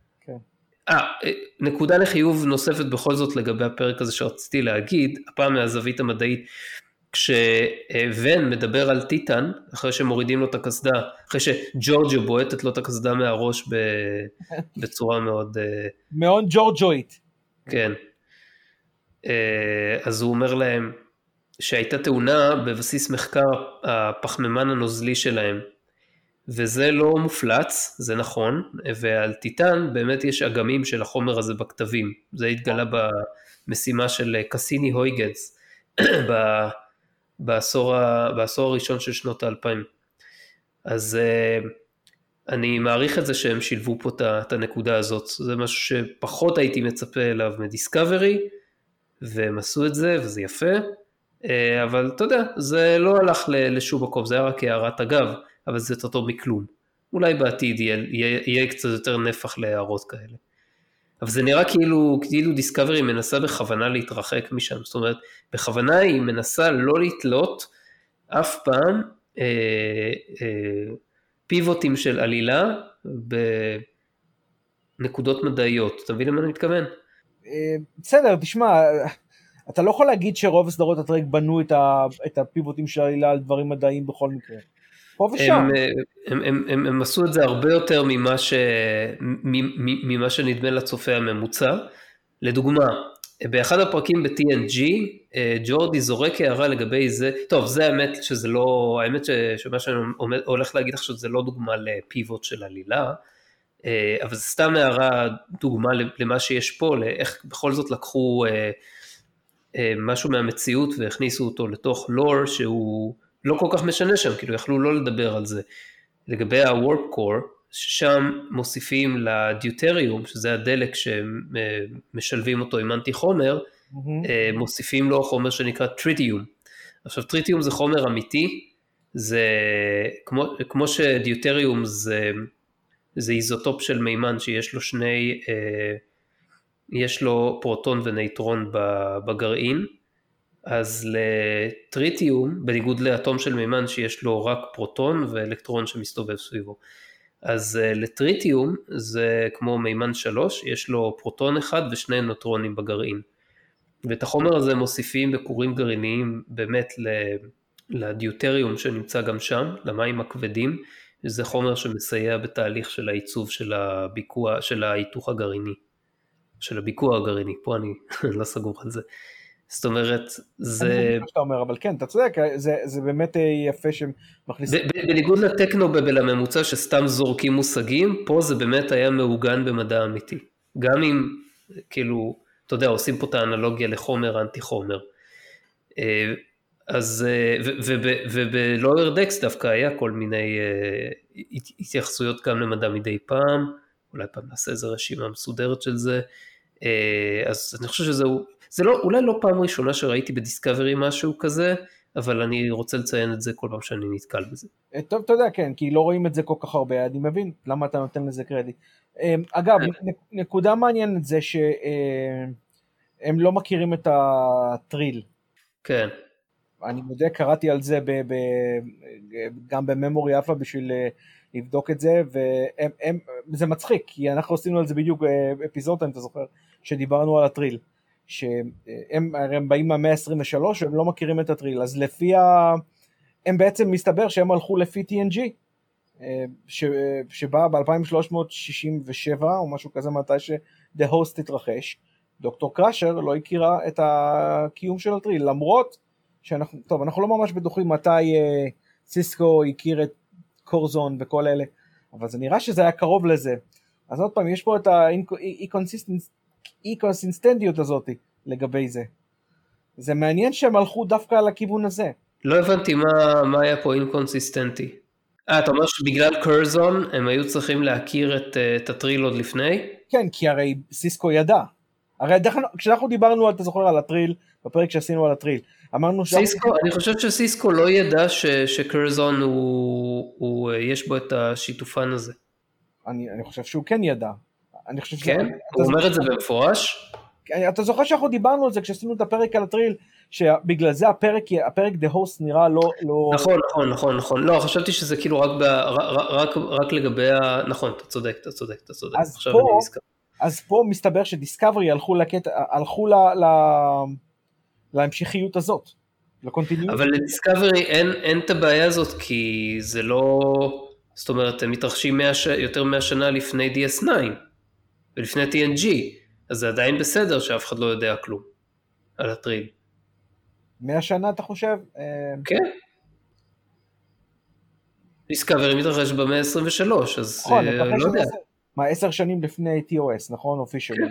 נקודה לחיוב נוספת בכל זאת לגבי הפרק הזה שרציתי להגיד, הפעם מהזווית המדעית, כשוון מדבר על טיטן, אחרי שמורידים לו את הכסדה, אחרי שג'ורג'ו בועטת לו את הכסדה מהראש בצורה מאוד... מאוד ג'ורג'ואית. כן. אז הוא אומר להם שהייתה תאונה בבסיס מחקר הפחמימן הנוזלי שלהם, וזה לא מופלץ, זה נכון, ועל טיטן באמת יש אגמים של החומר הזה בכתבים, זה התגלה במשימה של קסיני הויגדס, בעשור הראשון של שנות ה-2000, אז אני מעריך את זה שהם שילבו פה את הנקודה הזאת, זה משהו שפחות הייתי מצפה אליו מדיסקאברי, והם עשו את זה וזה יפה, אבל אתה יודע, זה לא הלך לשום מקום, זה היה רק הערת אגב, אבל זה יותר טוב מכלום. אולי בעתיד יהיה קצת יותר נפח להערות כאלה. אבל זה נראה כאילו דיסקאברי מנסה בכוונה להתרחק משם, זאת אומרת, בכוונה היא מנסה לא לתלות אף פעם פיבוטים של עלילה בנקודות מדעיות. אתה מבין למה אני מתכוון? בסדר, תשמע, אתה לא יכול להגיד שרוב הסדרות הטרק בנו את הפיבוטים של העלילה על דברים מדעיים בכל מקרה. הם עשו את זה הרבה יותר ממה שנדמה לצופה הממוצע. לדוגמה, באחד הפרקים ב-TNG, ג'ורדי זורק הערה לגבי זה, טוב, זה האמת שזה לא, האמת שמה שאני הולך להגיד עכשיו זה לא דוגמה לפיבוט של עלילה, אבל זה סתם הערה דוגמה למה שיש פה, לאיך בכל זאת לקחו משהו מהמציאות והכניסו אותו לתוך לור שהוא לא כל כך משנה שם, כאילו יכלו לא לדבר על זה. לגבי ה-Warp Core, ששם מוסיפים לדיוטריום, שזה הדלק שמשלבים אותו עם אנטי חומר, מוסיפים לו חומר שנקרא טריטיום. עכשיו טריטיום זה חומר אמיתי, זה כמו שדיוטריום זה איזוטופ של מימן שיש לו יש לו פרוטון ונייטרון בגרעין, אז לטריטיום, בניגוד לאטום של מימן שיש לו רק פרוטון ואלקטרון שמסתובב סביבו, אז לטריטיום זה כמו מימן 3, יש לו פרוטון אחד ושני נוטרונים בגרעין, ואת החומר הזה מוסיפים בכורים גרעיניים באמת לדיוטריום שנמצא גם שם, למים הכבדים, זה חומר שמסייע בתהליך של העיצוב של ההיתוך הגרעיני, של הביקוע הגרעיני, פה אני לא סגור על זה. זאת אומרת, זה... שאתה אומר, אבל כן, אתה צודק, זה באמת יפה שמכניס... בניגוד לטכנובל הממוצע שסתם זורקים מושגים, פה זה באמת היה מעוגן במדע אמיתי. גם אם, כאילו, אתה יודע, עושים פה את האנלוגיה לחומר, אנטי חומר. אז, ובלואוור דקס דווקא היה כל מיני התייחסויות גם למדע מדי פעם, אולי פעם נעשה איזו רשימה מסודרת של זה, אז אני חושב זה לא, אולי לא פעם ראשונה שראיתי בדיסקאברי משהו כזה, אבל אני רוצה לציין את זה כל פעם שאני נתקל בזה. טוב, אתה יודע, כן, כי לא רואים את זה כל כך הרבה, אני מבין למה אתה נותן לזה קרדיט. אגב, נקודה מעניינת זה שהם לא מכירים את הטריל. כן. אני מודה, קראתי על זה גם בממורי אלפא בשביל לבדוק את זה, וזה מצחיק, כי אנחנו עשינו על זה בדיוק אפיזודה, אם אתה זוכר, שדיברנו על הטריל, שהם באים מהמאה ה-23, והם לא מכירים את הטריל, אז הם בעצם מסתבר שהם הלכו לפי TNG, שבא ב-2367, או משהו כזה, מתי ש-The Host התרחש, דוקטור קראשר לא הכירה את הקיום של הטריל, למרות אנחנו לא ממש בטוחים מתי סיסקו הכיר את קורזון וכל אלה, אבל זה נראה שזה היה קרוב לזה. אז עוד פעם, יש פה את האי-קונסיסטנטיות הזאת לגבי זה. זה מעניין שהם הלכו דווקא על הכיוון הזה. לא הבנתי מה היה פה אינקונסיסטנטי. אתה אומר שבגלל קורזון הם היו צריכים להכיר את הטריל עוד לפני? כן, כי הרי סיסקו ידע. הרי כשאנחנו דיברנו, אתה זוכר, על הטריל, בפרק שעשינו על הטריל, אמרנו אני חושב שסיסקו לא ידע שקורזון יש בו את השיתופן הזה. אני חושב שהוא כן ידע. כן? הוא אומר את זה במפורש? אתה זוכר שאנחנו דיברנו על זה כשעשינו את הפרק על הטריל, שבגלל זה הפרק The Host נראה לא... נכון. לא, חשבתי שזה כאילו רק לגבי נכון, אתה צודק. אז פה מסתבר שדיסקאברי הלכו להמשכיות הזאת, לקונטיניוס. אבל לדיסקאברי אין את הבעיה הזאת, כי זה לא, זאת אומרת, הם מתרחשים יותר 100 שנה לפני DS9, ולפני TNG, אז זה עדיין בסדר שאף אחד לא יודע כלום על הטריל. 100 שנה אתה חושב? כן. דיסקאברי מתרחש במאה ה-23, אז לא יודע. מה, 10 שנים לפני TOS, נכון? אופישלי.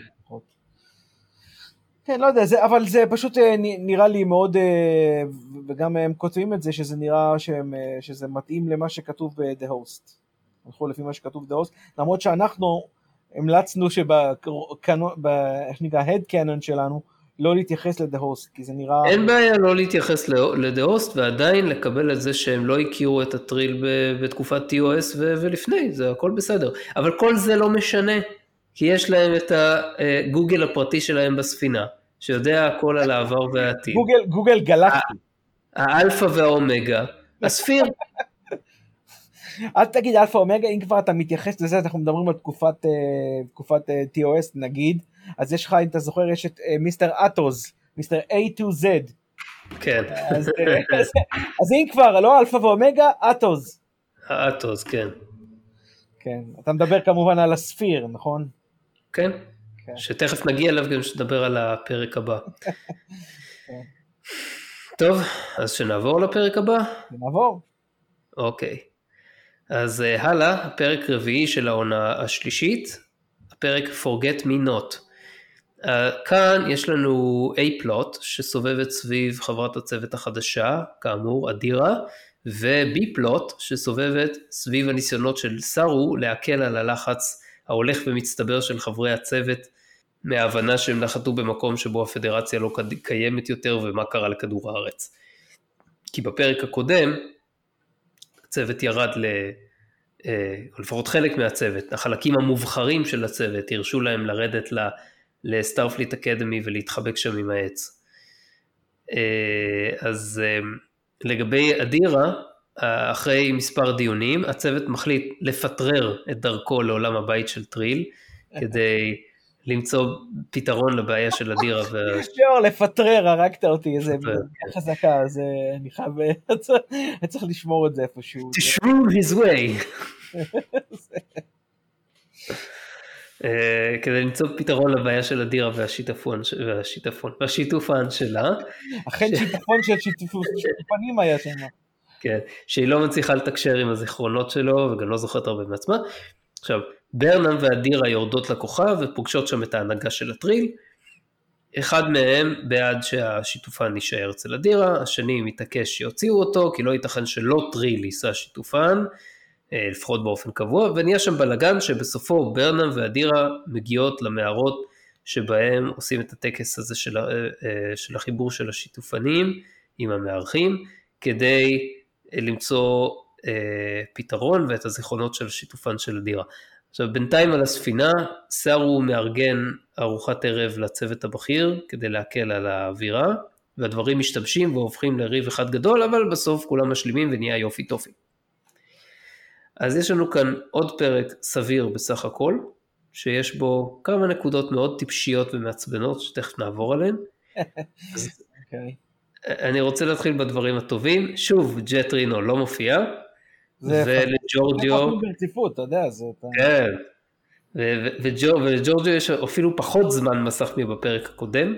כן, לא יודע, אבל זה פשוט נראה לי מאוד, וגם הם כותבים את זה, שזה נראה שזה מתאים למה שכתוב ב-The Host. הלכו לפי מה שכתוב ב-The Host, למרות שאנחנו המלצנו איך נקרא, Head Canon שלנו, לא להתייחס ל-The Host, כי זה נראה... אין בעיה לא להתייחס ל-The Host, ועדיין לקבל את זה שהם לא הכירו את הטריל בתקופת TOS ולפני, זה הכל בסדר. אבל כל זה לא משנה, כי יש להם את הגוגל הפרטי שלהם בספינה, שיודע הכל על העבר והעתיד. גוגל גלקטי. האלפא והאומגה, הספיר. אל תגיד אלפא אומגה, אם כבר אתה מתייחס לזה, אנחנו מדברים על תקופת TOS נגיד, אז יש לך, אם אתה זוכר, יש את מיסטר אטוז, מיסטר A to Z. כן. אז אם כבר, לא אלפא ואומגה, אטוז. האטוז, כן. כן, אתה מדבר כמובן על הספיר, נכון? כן, שתכף נגיע אליו גם שתדבר על הפרק הבא. טוב, אז שנעבור לפרק הבא? נעבור. אוקיי. אז הלאה, הפרק רביעי של העונה השלישית, הפרק Forget Me Not. כאן יש לנו A-plot שסובבת סביב חברת הצוות החדשה, כאמור, אדירה, ו-B-plot שסובבת סביב הניסיונות של סארו להקל על הלחץ ההולך ומצטבר של חברי הצוות, מההבנה שהם נחתו במקום שבו הפדרציה לא קיימת יותר ומה קרה לכדור הארץ. כי בפרק הקודם, הצוות ירד או לפחות חלק מהצוות, החלקים המובחרים של הצוות, הרשו להם לרדת לסטארפליט אקדמי ולהתחבק שם עם העץ. אז לגבי אדירה, אחרי מספר דיונים, הצוות מחליט לפטרר את דרכו לעולם הבית של טריל, כדי למצוא פתרון לבעיה של אדירה. לפטרר, הרגת אותי, איזה חזקה, אז אני חייב, צריך לשמור את זה איפשהו. To shroom his way. כדי למצוא פתרון לבעיה של אדירה והשיתופן שלה. אכן שיתופון של שיתופנים היה שם. כן, שהיא לא מצליחה לתקשר עם הזיכרונות שלו, וגם לא זוכרת הרבה מעצמה. עכשיו, ברנם ואדירה יורדות לכוכב, ופוגשות שם את ההנהגה של הטריל. אחד מהם בעד שהשיתופן יישאר אצל אדירה, השני מתעקש שיוציאו אותו, כי לא ייתכן שלא טריל יישא שיתופן, לפחות באופן קבוע, ונהיה שם בלגן שבסופו ברנם ואדירה מגיעות למערות, שבהם עושים את הטקס הזה של החיבור של השיתופנים, עם המארחים, כדי למצוא פתרון ואת הזיכרונות של השיתופן של אדירה. עכשיו בינתיים על הספינה, סארו מארגן ארוחת ערב לצוות הבכיר, כדי להקל על האווירה, והדברים משתבשים והופכים לריב אחד גדול, אבל בסוף כולם משלימים ונהיה יופי טופי. אז יש לנו כאן עוד פרק סביר בסך הכל, שיש בו כמה נקודות מאוד טיפשיות ומעצבנות, שתכף נעבור עליהן. אז אני רוצה להתחיל בדברים הטובים. שוב, ג'ט רינו לא מופיע, ולג'ורג'יו... ברציפות, אתה יודע, זה... כן, ולג'ורג'יו יש אפילו פחות זמן מסך מבפרק הקודם.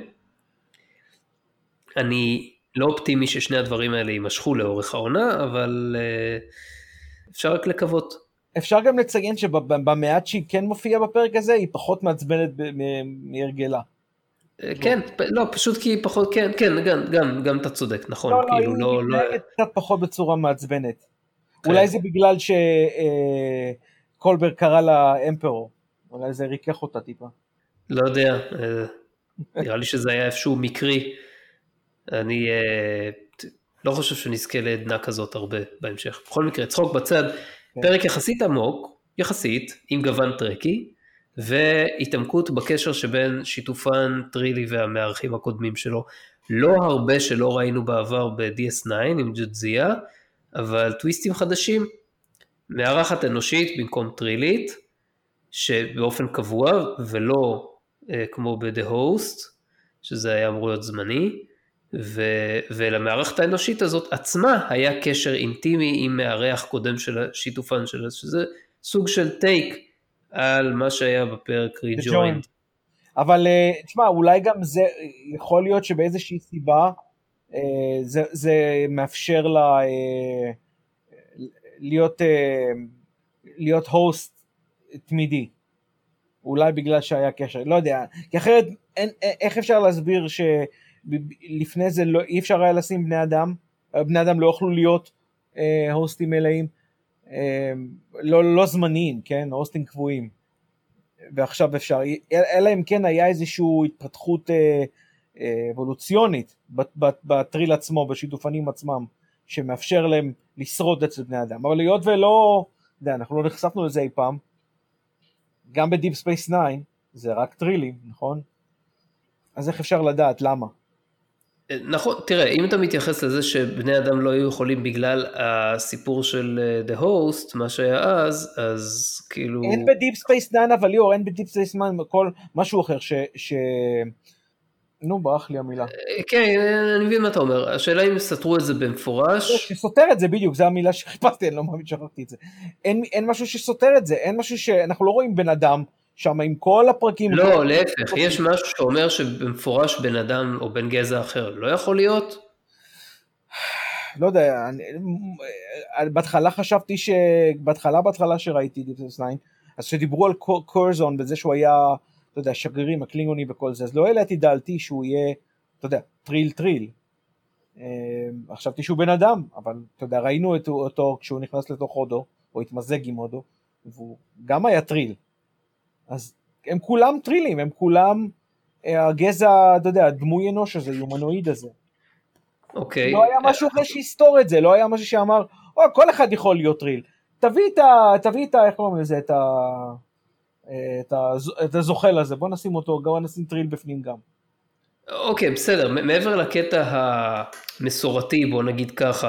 אני לא אופטימי ששני הדברים האלה יימשכו לאורך העונה, אבל אפשר רק לקוות. אפשר גם לציין שבמעט שהיא כן מופיעה בפרק הזה, היא פחות מעצבנת מהרגלה. כן, לא, פשוט כי היא פחות, כן, גם אתה צודק, נכון. לא, היא מתנהגת קצת פחות בצורה מעצבנת. אולי זה בגלל שקולברג קרא לה אמפרור, אולי זה ריקח אותה טיפה. לא יודע, נראה לי שזה היה איפשהו מקרי. אני לא חושב שנזכה לעדנה כזאת הרבה בהמשך. בכל מקרה, צחוק בצד, פרק יחסית עמוק, יחסית, עם גוון טרקי, והתעמקות בקשר שבין שיתופן טרילי והמארחים הקודמים שלו. לא הרבה שלא ראינו בעבר ב-DS9 עם ג'דזיה, אבל טוויסטים חדשים, מארחת אנושית במקום טרילית, שבאופן קבוע ולא כמו ב-The Host, שזה היה אמור להיות זמני, ולמערכת האנושית הזאת עצמה היה קשר אינטימי עם מארח קודם של השיתופן שלה, שזה סוג של טייק על מה שהיה בפרק Rejoined. אבל תשמע, אולי גם זה יכול להיות שבאיזושהי סיבה, זה מאפשר לה להיות הוסט תמידי. אולי בגלל שהיה קשר, לא יודע, כי אחרת איך אפשר להסביר שלפני זה אי אפשר היה לשים בני אדם לא יכלו להיות הוסטים מלאים, לא זמניים, כן, הוסטים קבועים, ועכשיו אפשר, אלא אם כן היה איזושהי התפתחות אבולוציונית בטריל עצמו, בשיתופנים עצמם, שמאפשר להם לשרוד אצל בני אדם, אבל להיות ולא, אנחנו לא נחשפנו לזה אי פעם, גם בדיפ ספייס 9, זה רק טרילים, נכון? אז איך אפשר לדעת, למה? נכון, תראה, אם אתה מתייחס לזה שבני אדם לא היו יכולים בגלל הסיפור של The Host, מה שהיה אז כאילו... אין בדיפ ספייס 9, אבל ליאור, אין בדיפ ספייס 9, כל משהו אחר נו, ברח לי המילה. כן, אני מבין מה אתה אומר. השאלה אם סתרו את זה במפורש. שסותר את זה בדיוק, זו המילה שחיפשתי, אני לא מאמין שכחתי את זה. אין משהו שסותר את זה, אין משהו שאנחנו לא רואים בן אדם שם עם כל הפרקים. לא, להפך, יש משהו שאומר שבמפורש בן אדם או בן גזע אחר לא יכול להיות? לא יודע, בהתחלה חשבתי בהתחלה שראיתי דיפ 9, אז שדיברו על קורזון בזה שהוא היה, אתה יודע, שגרירים, הקלינגונים וכל זה, אז לא העליתי דעתי שהוא יהיה, אתה יודע, טריל. חשבתי שהוא בן אדם, אבל אתה יודע, ראינו אותו כשהוא נכנס לתוך הודו, או התמזג עם הודו, והוא גם היה טריל. אז הם כולם טרילים, הם כולם הגזע, אתה יודע, דמוי אנוש הזה, יומנואיד הזה. אוקיי. לא היה משהו אחרי שיסתור את זה, לא היה משהו שאמר, כל אחד יכול להיות טריל. תביא את איך קוראים לזה, את הזוחל הזה, בוא נשים אותו, גם נשים טריל בפנים גם. אוקיי, בסדר, מעבר לקטע המסורתי, בוא נגיד ככה,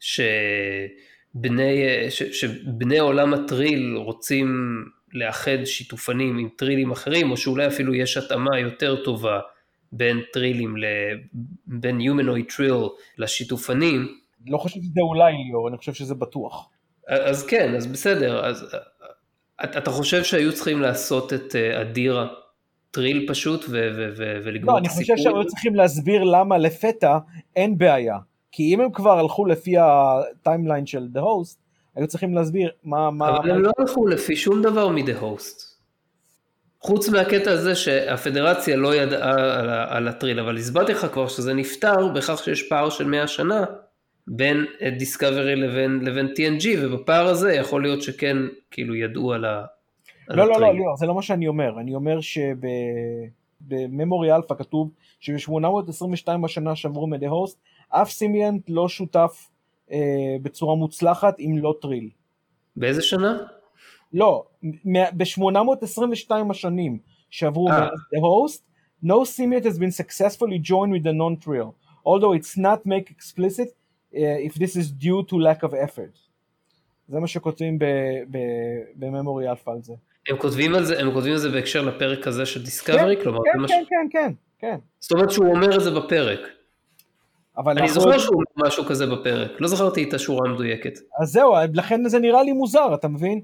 שבני עולם הטריל רוצים לאחד שיתופנים עם טרילים אחרים, או שאולי אפילו יש התאמה יותר טובה בין טרילים, בין humanoid trill לשיתופנים. לא חושב שזה אולי ליאור, אני חושב שזה בטוח. אז כן, אז בסדר, אז אתה חושב שהיו צריכים לעשות את אדירה טריל פשוט ולגמור את הסיפור? אני חושב שהיו צריכים להסביר למה לפתע אין בעיה, כי אם הם כבר הלכו לפי הטיימליין של The Host, היו צריכים להסביר מה... אבל הם לא הלכו לפי שום דבר מ-The Host. חוץ מהקטע הזה שהפדרציה לא ידעה על הטריל, אבל הסברתי לך כבר שזה נפטר בכך שיש פער של 100 שנה בין Discovery לבין TNG, ובפער הזה יכול להיות שכן כאילו ידעו על הטריל. לא, זה לא מה שאני אומר. אני אומר שבממורי אלפא כתוב שב-822 השנה שעברו מ-The Host, אף סימיאנט לא שותף בצורה מוצלחת אם לא טריל. באיזה שנה? לא, ב-822 השנים שעברו מ-The Host, no simian has been successfully joined with the non-trill, although it's not make explicit if this is due to lack of effort. זה מה שכותבים בממורי אלפא על זה. הם כותבים על זה בהקשר לפרק הזה של דיסקאברי? כן. זאת אומרת שהוא אומר את זה בפרק. אני זוכר שהוא אומר משהו כזה בפרק, לא זכרתי את השורה המדויקת. אז זהו, לכן זה נראה לי מוזר, אתה מבין?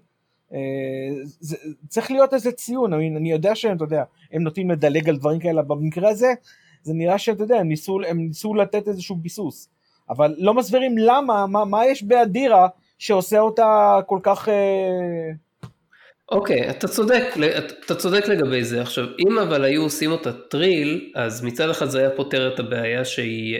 צריך להיות איזה ציון, אני יודע שהם, אתה יודע, הם נוטים לדלג על דברים כאלה, במקרה הזה, זה נראה שאתה יודע, הם ניסו לתת איזשהו ביסוס, אבל לא מסבירים למה, מה יש באדירה, שעושה אותה כל כך... אוקיי, אתה צודק לגבי זה. עכשיו, אם אבל היו עושים אותה טריל, אז מצד אחד זה היה פותר את הבעיה שהיא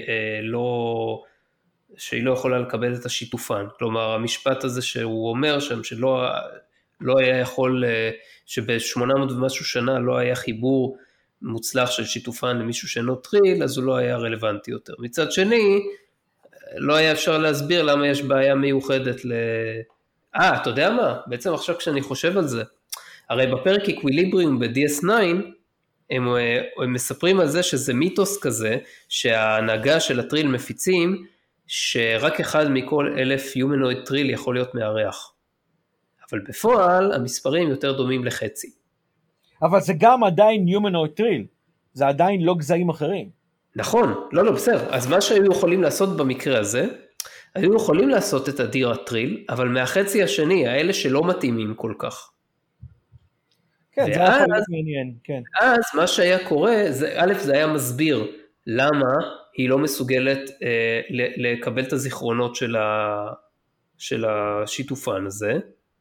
לא יכולה לקבל את השיתופן. כלומר, המשפט הזה שהוא אומר שם, שלא היה יכול, שב-800 ומשהו שנה לא היה חיבור מוצלח של שיתופן למישהו שאינו טריל, אז הוא לא היה רלוונטי יותר. מצד שני, לא היה אפשר להסביר למה יש בעיה מיוחדת אתה יודע מה? בעצם עכשיו כשאני חושב על זה, הרי בפרק אקוויליבריום ב-DS9, הם מספרים על זה שזה מיתוס כזה, שההנהגה של הטריל מפיצים, שרק אחד מכל 1,000 humanoid טריל יכול להיות מארח. אבל בפועל, המספרים יותר דומים לחצי. אבל זה גם עדיין humanoid טריל, זה עדיין לא גזעים אחרים. נכון, לא, בסדר. אז מה שהיו יכולים לעשות במקרה הזה, היו יכולים לעשות את אדירה טריל, אבל מהחצי השני, האלה שלא מתאימים כל כך. כן, זה היה יכול להיות מעניין, כן. אז מה שהיה קורה, זה היה מסביר למה היא לא מסוגלת לקבל את הזיכרונות של השיתופן הזה,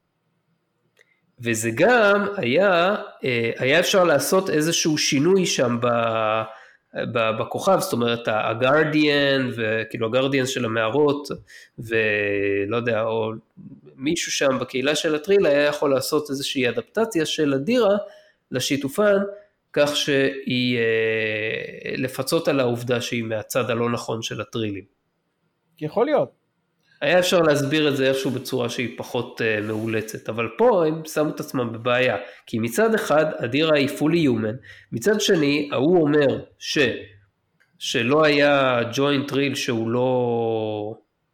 וזה גם היה אפשר לעשות איזשהו שינוי שם בכוכב, זאת אומרת הגארדיאן, וכאילו הגארדיאן של המערות, ולא יודע, או מישהו שם בקהילה של הטריל היה יכול לעשות איזושהי אדפטציה של אדירה לשיתופן, כך שהיא לפצות על העובדה שהיא מהצד הלא נכון של הטרילים. יכול להיות. היה אפשר להסביר את זה איכשהו בצורה שהיא פחות מאולצת, אבל פה הם שמו את עצמם בבעיה, כי מצד אחד אדירה היא fully human, מצד שני הוא אומר שלא היה joint trill שהוא לא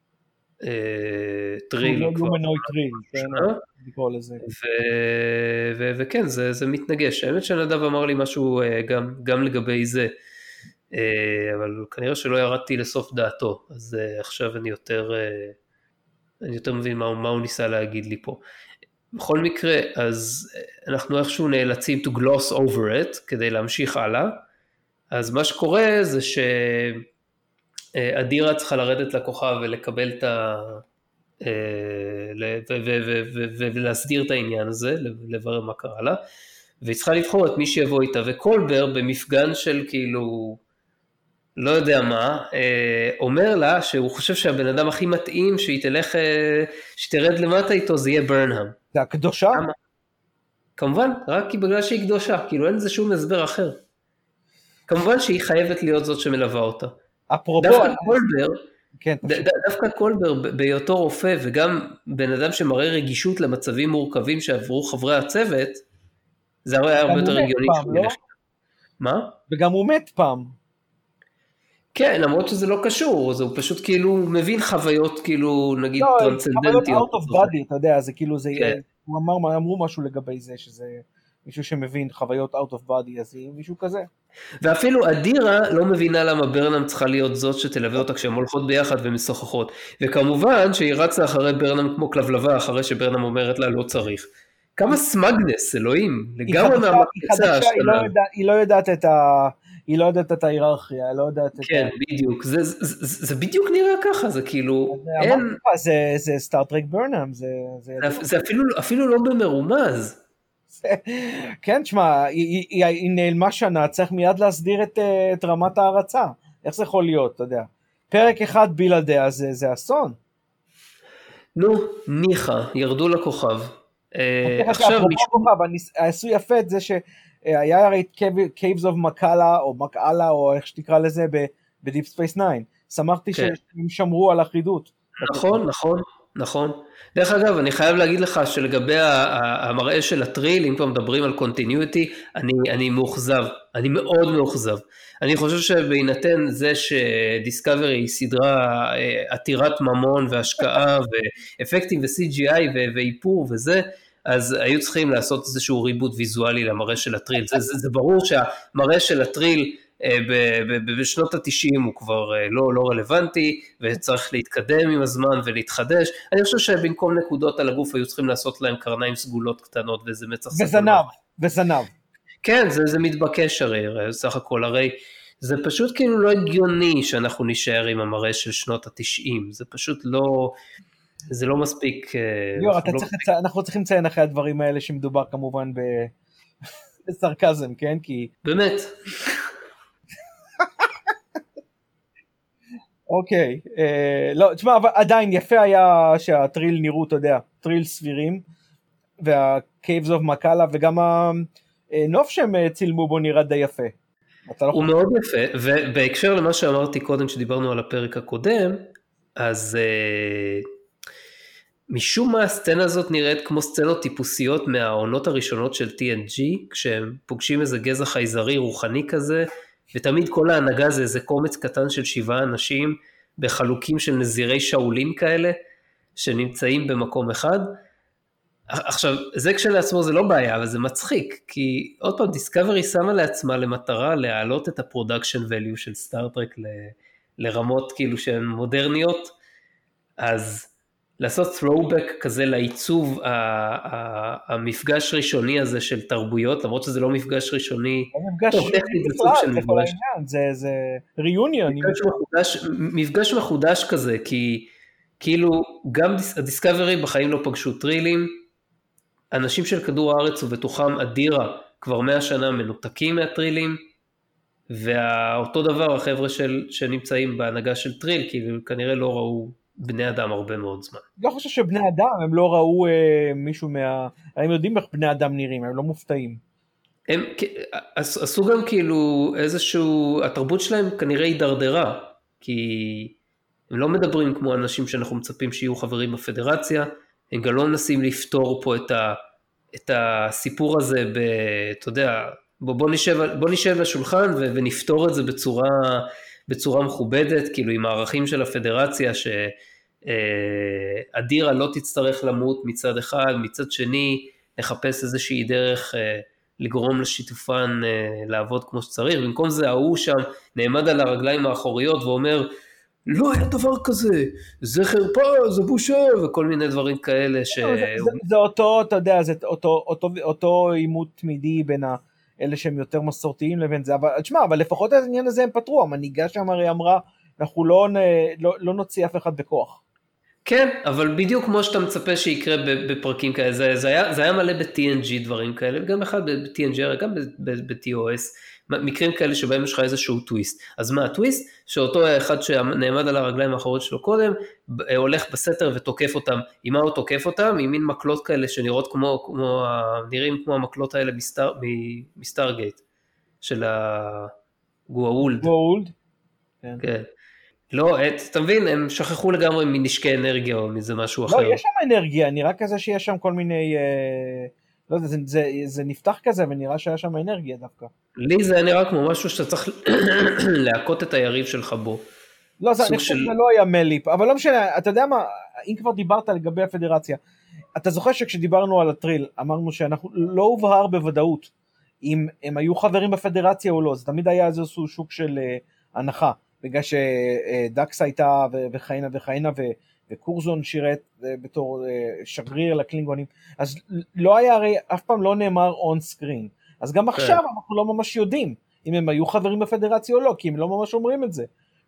טריל, הוא לא humanoid טריל, לקרוא לזה. וכן, זה מתנגש. האמת שנדב אמר לי משהו גם לגבי זה, אבל כנראה שלא ירדתי לסוף דעתו, אז עכשיו אני יותר מבין מה הוא ניסה להגיד לי פה. בכל מקרה, אז אנחנו איכשהו נאלצים to gloss over it, כדי להמשיך הלאה. אז מה שקורה זה אדירה צריכה לרדת לכוכב ולקבל את ולהסדיר את העניין הזה, לברר מה קרה לה, והיא צריכה לבחור את מי שיבוא איתה, וקולבר במפגן של כאילו, לא יודע מה, אומר לה שהוא חושב שהבן אדם הכי מתאים שהיא תלך, שתרד למטה איתו, זה יהיה ברנהאם. זה הקדושה? כמובן, רק בגלל שהיא קדושה, כאילו אין לזה שום הסבר אחר. כמובן שהיא חייבת להיות זאת שמלווה אותה. אפרופו, דווקא קולבר בהיותו רופא, וגם בן אדם שמראה רגישות למצבים מורכבים שעברו חברי הצוות, זה היה הרבה יותר הגיוני. מה? וגם הוא מת פעם. כן, למרות שזה לא קשור, הוא פשוט כאילו מבין חוויות כאילו נגיד טרנסצנדנטיות. חוויות out of body, אתה יודע, זה כאילו, אמרו משהו לגבי זה, שזה מישהו שמבין חוויות out of body, אז היא מישהו כזה. ואפילו אדירה לא מבינה למה ברנהאם צריכה להיות זאת שתלווה אותה כשהן הולכות ביחד ומשוחחות. וכמובן שהיא רצה אחרי ברנהאם כמו כלבלבה, אחרי שברנהאם אומרת לה לא צריך. כמה סמגנס, אלוהים, לגמרי מהמקצה. היא לא יודעת את ההיררכיה, היא לא יודעת את... כן, בדיוק, זה בדיוק נראה ככה, זה כאילו... זה סטארטרק ברנהאם, זה אפילו לא במרומז. כן, תשמע, היא נעלמה שנה, צריך מיד להסדיר את רמת ההרצה. איך זה יכול להיות, אתה יודע? פרק אחד בלעדיה, זה אסון. נו, ניחא, ירדו לכוכב. עכשיו עשו יפה את זה שהיה הרי Caves of Makala או מקאלה או איך שתקרא לזה בדיפ ספייס 9. שמחתי שהם שמרו על אחידות. נכון. דרך אגב, אני חייב להגיד לך שלגבי המראה של הטריל, אם כבר מדברים על קונטיניוטי, אני מאוכזב, אני מאוד מאוכזב. אני חושב שבהינתן זה שדיסקאברי היא סדרה עתירת ממון והשקעה ואפקטים ו-CGI ואיפור וזה, אז היו צריכים לעשות איזשהו ריבוט ויזואלי למראה של הטריל. זה ברור שהמראה של הטריל בשנות ה-90 הוא כבר לא רלוונטי, וצריך להתקדם עם הזמן ולהתחדש. אני חושב שבמקום נקודות על הגוף היו צריכים לעשות להם קרניים סגולות קטנות, וזה מצח וזנב. כן, זה מתבקש הרי, סך הכל, הרי זה פשוט כאילו לא הגיוני שאנחנו נשאר עם המראה של שנות ה-90, זה פשוט לא... זה לא מספיק... אנחנו צריכים לציין אחרי הדברים האלה שמדובר כמובן בסרקזם, כן? באמת. אוקיי, לא, תשמע, אבל עדיין יפה היה שהטריל נראו, אתה יודע, טריל סבירים, וה-Caves of Makala, וגם הנוף שהם צילמו בו נראה די יפה. הוא מאוד יפה, ובהקשר למה שאמרתי קודם, שדיברנו על הפרק הקודם, אז משום מה הסצנה הזאת נראית כמו סצנות טיפוסיות מהעונות הראשונות של TNG, כשהם פוגשים איזה גזע חייזרי רוחני כזה, ותמיד כל ההנהגה זה איזה קומץ קטן של 7 אנשים, בחלוקים של נזירי שאולים כאלה, שנמצאים במקום אחד. עכשיו, זה כשלעצמו זה לא בעיה, אבל זה מצחיק, כי עוד פעם, דיסקאברי שמה לעצמה למטרה להעלות את הפרודקשן ואליו של סטארטרק לרמות כאילו שהן מודרניות, אז לעשות throwback כזה לעיצוב המפגש ראשוני הזה של תרבויות, למרות שזה לא מפגש ראשוני, זה ריוניון. מפגש מחודש כזה, כי כאילו גם הדיסקאברי בחיים לא פגשו טרילים, אנשים של כדור הארץ ובתוכם אדירה כבר 100 שנה מנותקים מהטרילים, ואותו דבר החבר'ה שנמצאים בהנהגה של טריל, כאילו כנראה לא ראו בני אדם הרבה מאוד זמן. לא חושב שבני אדם, הם לא ראו מישהו הם יודעים איך בני אדם נראים, הם לא מופתעים. הם עשו גם כאילו איזשהו, התרבות שלהם כנראה הידרדרה, כי הם לא מדברים כמו אנשים שאנחנו מצפים שיהיו חברים בפדרציה, הם גם לא מנסים לפתור פה את הסיפור הזה, אתה יודע, בוא נשב לשולחן ונפתור את זה בצורה מכובדת, כאילו עם הערכים של הפדרציה, שאדירה לא תצטרך למות מצד אחד, מצד שני, נחפש איזושהי דרך לגרום לשיתופן לעבוד כמו שצריך, במקום זה ההוא שם נעמד על הרגליים האחוריות ואומר, לא היה דבר כזה, זה חרפה, זה בושה, וכל מיני דברים כאלה. זה אותו, אתה יודע, זה אותו עימות תמידי בין אלה שהם יותר מסורתיים לבין זה, אבל תשמע, אבל לפחות את העניין הזה הם פתרו, המנהיגה שם הרי אמרה, אנחנו לא נוציא אף אחד בכוח. כן, אבל בדיוק כמו שאתה מצפה שיקרה בפרקים כאלה, זה היה מלא ב-TNG דברים כאלה, גם אחד ב-TNG, גם ב-TOS, מקרים כאלה שבהם יש לך איזשהו טוויסט. אז מה הטוויסט? שאותו אחד שנעמד על הרגליים האחוריות שלו קודם, הולך בסתר ותוקף אותם. עם מה הוא תוקף אותם? עם מין מקלות כאלה שנראות נראים כמו המקלות האלה מסטארגייט, של הגואולד. גואולד? כן. לא, אתה מבין, הם שכחו לגמרי מנשקי אנרגיה או מזה משהו אחר. לא, יש שם אנרגיה, נראה כזה שיש שם כל מיני, לא יודע, זה נפתח כזה ונראה שהיה שם אנרגיה דווקא. לי זה נראה כמו משהו שאתה צריך להכות את היריב שלך בו. לא, אני חושב שזה לא היה מליפ, אבל לא משנה, אתה יודע מה, אם כבר דיברת לגבי הפדרציה, אתה זוכר שכשדיברנו על הטריל, אמרנו שאנחנו לא הובהר בוודאות, אם הם היו חברים בפדרציה או לא, זה תמיד היה איזשהו שוק של הנחה, בגלל שדקס הייתה וחיינה וקורזון שירת בתור שגריר לקלינגונים, אז לא היה, הרי אף פעם לא נאמר און סקרין, אז גם עכשיו אנחנו לא ממש יודעים אם הם היו חברים בפדרציה או לא, כי הם לא ממש אומרים את זה.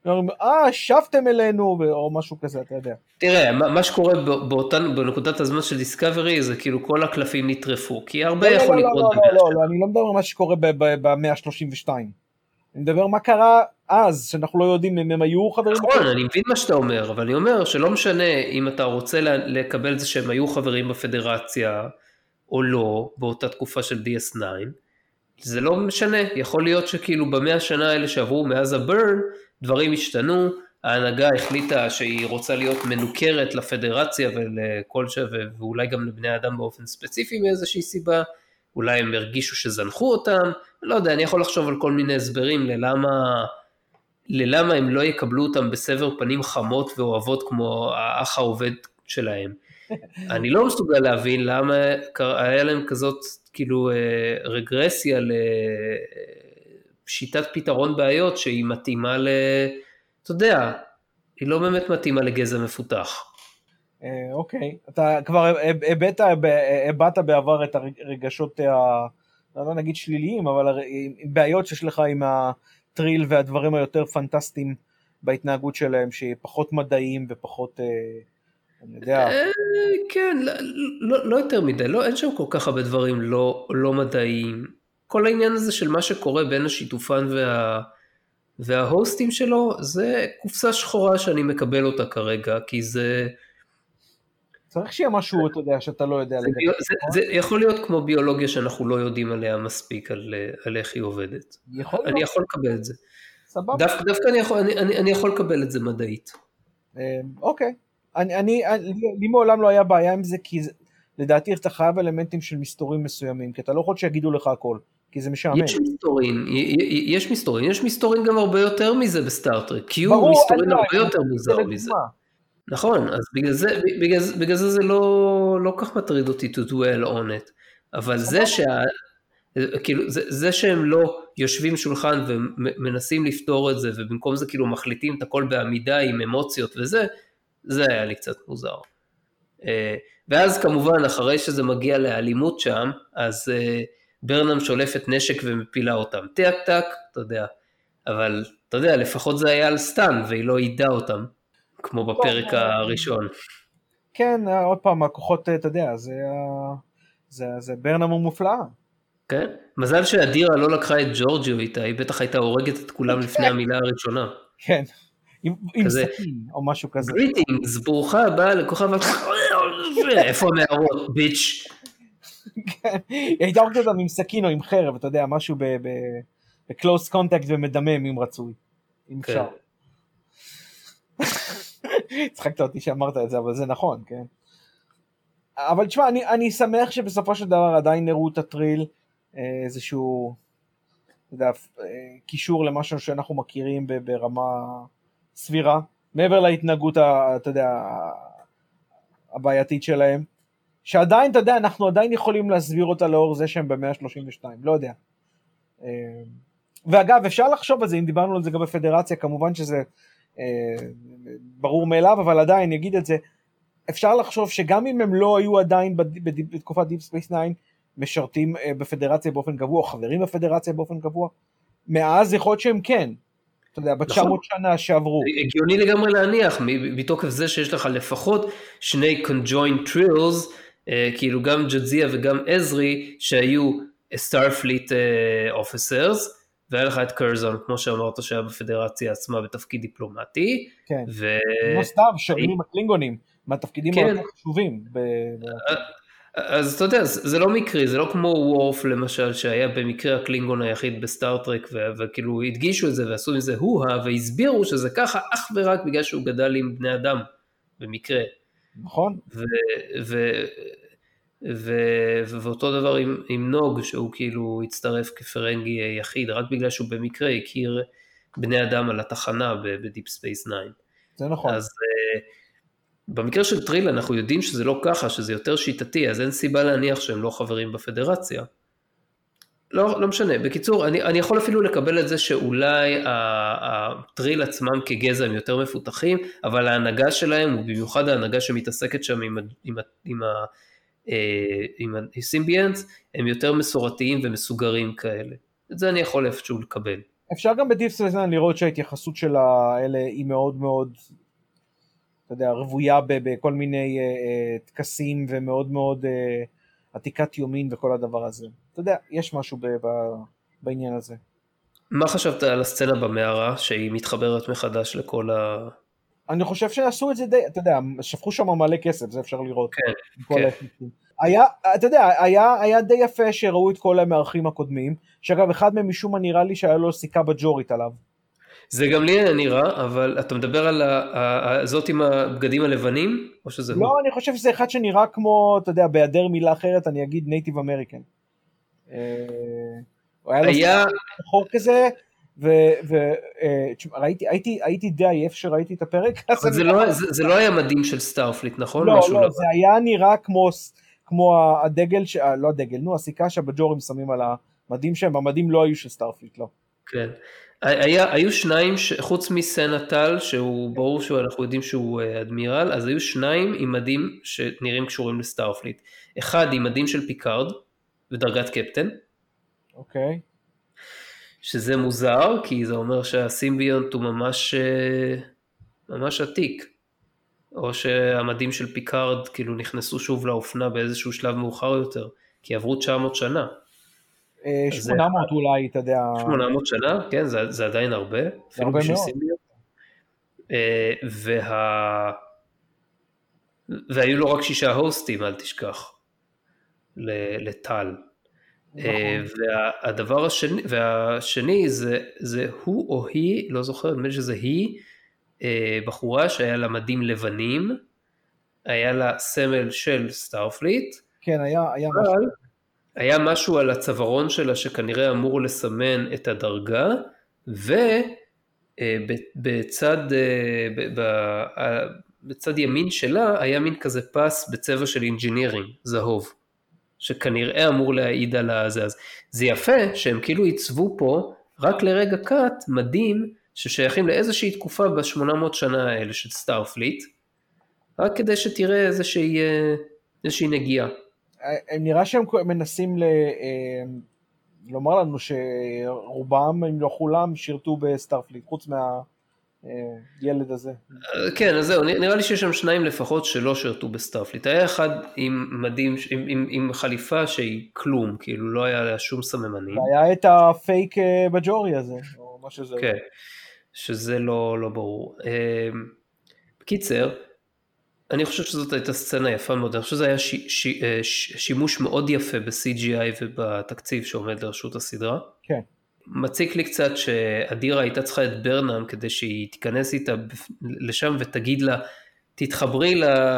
שבתם אלינו, או משהו כזה, אתה יודע. תראה, מה שקורה בנקודת הזמן של דיסקאברי, זה כאילו כל הקלפים נטרפו, כי הרבה יכול לקרות. לא, אני לא מדבר על מה שקורה ב-132. אני מדבר מה קרה אז, שאנחנו לא יודעים אם הם היו חברים. נכון, אני מבין מה שאתה אומר, אבל אני אומר שלא משנה אם אתה רוצה לקבל את זה שהם היו חברים בפדרציה, או לא, באותה תקופה של DS9, זה לא משנה, יכול להיות שכאילו ב100 שנה האלה שעברו מאז הברן, דברים השתנו, ההנהגה החליטה שהיא רוצה להיות מנוכרת לפדרציה ולכל ואולי גם לבני אדם באופן ספציפי מאיזושהי סיבה, אולי הם הרגישו שזנחו אותם, לא יודע, אני יכול לחשוב על כל מיני הסברים ללמה הם לא יקבלו אותם בסבר פנים חמות ואוהבות כמו האח העובד שלהם. אני לא מסוגל להבין למה היה להם כזאת כאילו רגרסיה לשיטת פתרון בעיות שהיא מתאימה אתה יודע, היא לא באמת מתאימה לגזע מפותח. אוקיי, אתה כבר הבאת בעבר את הרגשות, לא נגיד שליליים, אבל בעיות שיש לך עם הטריל והדברים היותר פנטסטיים בהתנהגות שלהם, שהיא פחות מדעיים ופחות, אני יודע. כן, לא יותר מדי, אין שם כל כך הרבה דברים לא מדעיים. כל העניין הזה של מה שקורה בין השיתופן וההוסטים שלו, זה קופסה שחורה שאני מקבל אותה כרגע, כי זה... צריך שיהיה משהו, אתה יודע, שאתה לא יודע. זה יכול להיות כמו ביולוגיה שאנחנו לא יודעים עליה מספיק, על איך היא עובדת. אני יכול לקבל את זה. סבבה. דווקא אני יכול לקבל את זה מדעית. אוקיי. לי מעולם לא היה בעיה עם זה, כי לדעתי אתה חייב אלמנטים של מסתורים מסוימים, כי אתה לא יכול שיגידו לך הכל, כי זה משעמם. יש מסתורים גם הרבה יותר מזה בסטארטרק, כי הוא מסתורים הרבה יותר מוזר מזה. נכון, אז בגלל זה לא כך מטריד אותי to dwell on it, אבל זה שהם לא יושבים שולחן ומנסים לפתור את זה, ובמקום זה כאילו מחליטים את הכל בעמידה עם אמוציות וזה, זה היה לי קצת מוזר. ואז כמובן אחרי שזה מגיע לאלימות שם, אז ברנם שולפת נשק ומפילה אותם, טק טק, אתה יודע, אבל אתה יודע, לפחות זה היה על סטן, והיא לא ידעה אותם, כמו בפרק הראשון. כן, עוד פעם, הכוחות, אתה יודע, זה ברנם הוא מופלאה. כן, מזל שהדירה לא לקחה את ג'ורג'יו איתה, היא בטח הייתה הורגת את כולם לפני המילה הראשונה. כן, עם סכין או משהו כזה. גריטינגס, ברוכה הבאה לכוכב, איפה המערות, ביץ'. היא הייתה הורגת אותם עם סכין או עם חרב, אתה יודע, משהו ב-close contact ומדמם אם רצוי, אם אפשר. צחקת אותי שאמרת את זה, אבל זה נכון, כן. אבל תשמע, אני שמח שבסופו של דבר עדיין נראו את הטריל, איזשהו, אתה יודע, קישור למשהו שאנחנו מכירים ברמה סבירה, מעבר להתנהגות, אתה יודע, הבעייתית שלהם, שעדיין, אתה יודע, אנחנו עדיין יכולים להסביר אותה לאור זה שהם ב-132, לא יודע. ואגב, אפשר לחשוב על זה, אם דיברנו על זה גם בפדרציה, כמובן שזה ברור מאליו, אבל עדיין, אני אגיד את זה, אפשר לחשוב שגם אם הם לא היו עדיין בתקופת Deep Space Nine, משרתים בפדרציה באופן קבוע, או חברים בפדרציה באופן קבוע, מאז יכול להיות שהם כן. אתה יודע, ב-900 שנה שעברו. הגיוני לגמרי להניח, מתוקף זה שיש לך לפחות שני conjoined trills, כאילו גם ג'דזיה וגם עזרי, שהיו Starfleet officers, והיה לך את קרזון, כמו שאמרת שהיה בפדרציה עצמה בתפקיד דיפלומטי. כן, לא סתם, שרים הקלינגונים, מהתפקידים החשובים. אז אתה יודע, זה לא מקרי, זה לא כמו וורף למשל, שהיה במקרה הקלינגון היחיד בסטארטרק, וכאילו הדגישו את זה ועשו מזה הואה, והסבירו שזה ככה אך ורק בגלל שהוא גדל עם בני אדם, במקרה. נכון. ואותו דבר עם נוג, שהוא כאילו הצטרף כפרנגי יחיד, רק בגלל שהוא במקרה הכיר בני אדם על התחנה בדיפ ספייס 9. זה נכון. אז במקרה של טריל אנחנו יודעים שזה לא ככה, שזה יותר שיטתי, אז אין סיבה להניח שהם לא חברים בפדרציה. לא משנה. בקיצור, אני יכול אפילו לקבל את זה שאולי הטריל עצמם כגזע הם יותר מפותחים, אבל ההנהגה שלהם, ובמיוחד ההנהגה שמתעסקת שם עם הסימביאנס, הם יותר מסורתיים ומסוגרים כאלה. את זה אני יכול איפשהו לקבל. אפשר גם בדיפ ספייס 9 לראות שההתייחסות של האלה היא מאוד מאוד, אתה יודע, רבויה בכל מיני תקסים, ומאוד מאוד עתיקת יומין וכל הדבר הזה. אתה יודע, יש משהו בעניין הזה. מה חשבת על הסצנה במערה, שהיא מתחברת מחדש לכל אני חושב שעשו את זה די, אתה יודע, שפכו שם מלא כסף, זה אפשר לראות. כן, כן. אתה יודע, היה די יפה שראו את כל המארחים הקודמים, שאגב, אחד מהם משום מה נראה לי שהיה לו סיכה בג'ורית עליו. זה גם לי נראה, אבל אתה מדבר על זאת עם הבגדים הלבנים, או שזה הוא? לא, אני חושב שזה אחד שנראה כמו, אתה יודע, בהיעדר מילה אחרת, אני אגיד נייטיב אמריקן. היה לו סיכה חור כזה, והייתי די עייף שראיתי את הפרק. זה לא היה מדים של סטארפליט, נכון? לא, זה היה נראה כמו הדגל, לא הדגל, הסיכה שהבג'ורים שמים על המדים שהם, המדים לא היו של סטארפליט, לא. כן. היו שניים, חוץ מסנטל, שהוא ברור שאנחנו יודעים שהוא אדמירל, אז היו שניים עם מדים שנראים קשורים לסטארפליט. אחד עם מדים של פיקארד, ודרגת קפטן. אוקיי. שזה מוזר, כי זה אומר שהסימביונט הוא ממש עתיק. או שהמדים של פיקארד כאילו נכנסו שוב לאופנה באיזשהו שלב מאוחר יותר, כי עברו 900 שנה. 800 אולי, אתה יודע. 800 שנה, כן, זה עדיין הרבה. אפילו בשביל סימביונט. והיו לו רק 6 הוסטים, אל תשכח, לטל. והדבר והשני זה הוא או היא, לא זוכר, נדמה לי שזה היא, בחורה שהיה לה מדים לבנים, היה לה סמל של סטארפליט, כן, היה משהו על הצווארון שלה שכנראה אמור לסמן את הדרגה, ובצד ימין שלה היה מין כזה פס בצבע של אינג'ינירינג, זהוב. שכנראה אמור להעיד על הזה. אז זה יפה שהם כאילו ייצבו פה רק לרגע קאט מדים ששייכים לאיזושהי תקופה ב-800 שנה האלה של סטארפליט, רק כדי שתראה איזושהי נגיעה. נראה שהם מנסים לומר לנו שרובם, אם לא כולם, שירתו בסטארפליט, חוץ ילד הזה. כן, אז זהו, נראה לי שיש שם שניים לפחות שלא שרתו בסטארפליט. היה אחד עם מדים, עם חליפה שהיא כלום, כאילו לא היה לה שום סממנים. והיה את הפייק בג'ורי הזה, או מה שזה. כן, שזה לא ברור. בקיצר, אני חושב שזאת הייתה סצנה יפה מאוד, אני חושב שזה היה שימוש מאוד יפה ב-CGI ובתקציב שעומד לרשות הסדרה. כן. מציק לי קצת שאדירה הייתה צריכה את ברנם כדי שהיא תיכנס איתה לשם ותגיד לה, תתחברי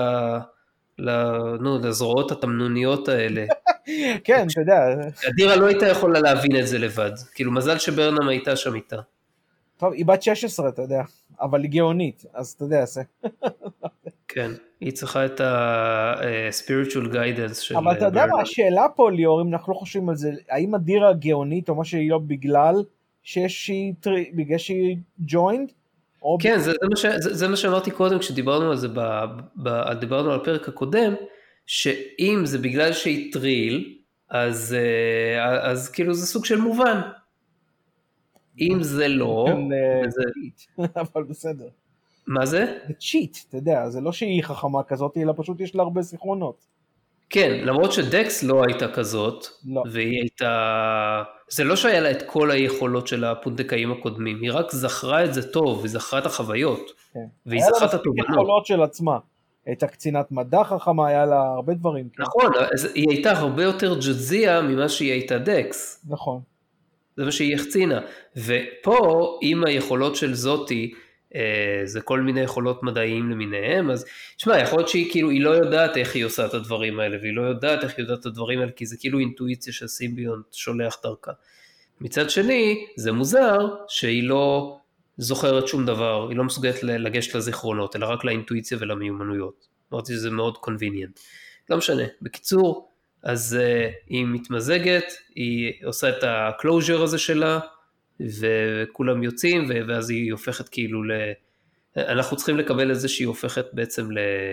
לזרועות התמנוניות האלה. כן, אתה יודע. אדירה לא הייתה יכולה להבין את זה לבד, כאילו מזל שברנם הייתה שם איתה. טוב, היא בת 16, אתה יודע, אבל היא גאונית, אז אתה יודע, זה. כן, היא צריכה את ה-spiritual guidance של ברנם. אבל אתה יודע מה, השאלה פה, ליאור, אם אנחנו לא חושבים על זה, האם אדירה גאונית או מה שהיא לא בגלל שהיא joined? כן, זה מה שאמרתי קודם כשדיברנו על זה, דיברנו על הפרק הקודם, שאם זה בגלל שהיא טריל, אז כאילו זה סוג של מובן. אם זה לא, אבל בסדר. מה זה? זה צ'יט, אתה יודע, זה לא שהיא חכמה כזאת, אלא פשוט יש לה הרבה זיכרונות. כן, למרות שדקס לא הייתה כזאת, לא. והיא הייתה, זה לא שהיה לה את כל היכולות של הפונדקאים הקודמים, היא רק זכרה את זה טוב, היא זכרה את החוויות, כן. והיא זכרה את התובנות. היה לה מספיק יכולות של עצמה, הייתה קצינת מדע חכמה, היה לה הרבה דברים. כן. נכון, היא הייתה הרבה יותר ג'זיה ממה שהיא הייתה דקס. נכון. זה מה שהיא החצינה, ופה עם היכולות של זאתי, זה כל מיני יכולות מדעיים למיניהם, אז תשמע, יכול להיות שהיא כאילו, היא לא יודעת איך היא עושה את הדברים האלה, והיא לא יודעת איך היא יודעת את הדברים האלה, כי זה כאילו אינטואיציה שהסימביונט שולח דרכה. מצד שני, זה מוזר שהיא לא זוכרת שום דבר, היא לא מסוגלת לגשת לזיכרונות, אלא רק לאינטואיציה ולמיומנויות. אמרתי שזה מאוד convenient. לא משנה. בקיצור, אז היא מתמזגת, היא עושה את ה-closure הזה שלה, וכולם יוצאים, ואז היא הופכת כאילו אנחנו צריכים לקבל את זה שהיא הופכת בעצם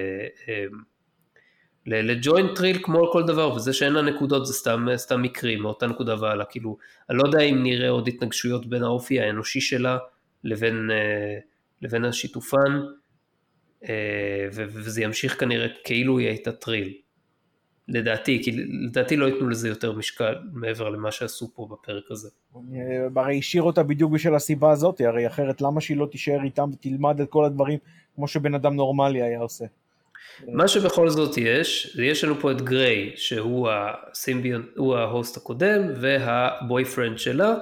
לג'וינט טריל כמו כל דבר, וזה שאין לה נקודות זה סתם מקרים, מאותה נקודה ועלה, כאילו, אני לא יודע אם נראה עוד התנגשויות בין האופי האנושי שלה, לבין השיתופן, וזה ימשיך כנראה כאילו היא הייתה טריל. לדעתי לא ייתנו לזה יותר משקל מעבר למה שעשו פה בפרק הזה. הרי השאיר אותה בדיוק בשביל הסיבה הזאת, הרי אחרת למה שהיא לא תישאר איתם ותלמד את כל הדברים כמו שבן אדם נורמלי היה עושה. מה שבכל זאת יש לנו פה את גריי, שהוא הסימביון, הוא ההוסט הקודם, והבויפרנד שלה,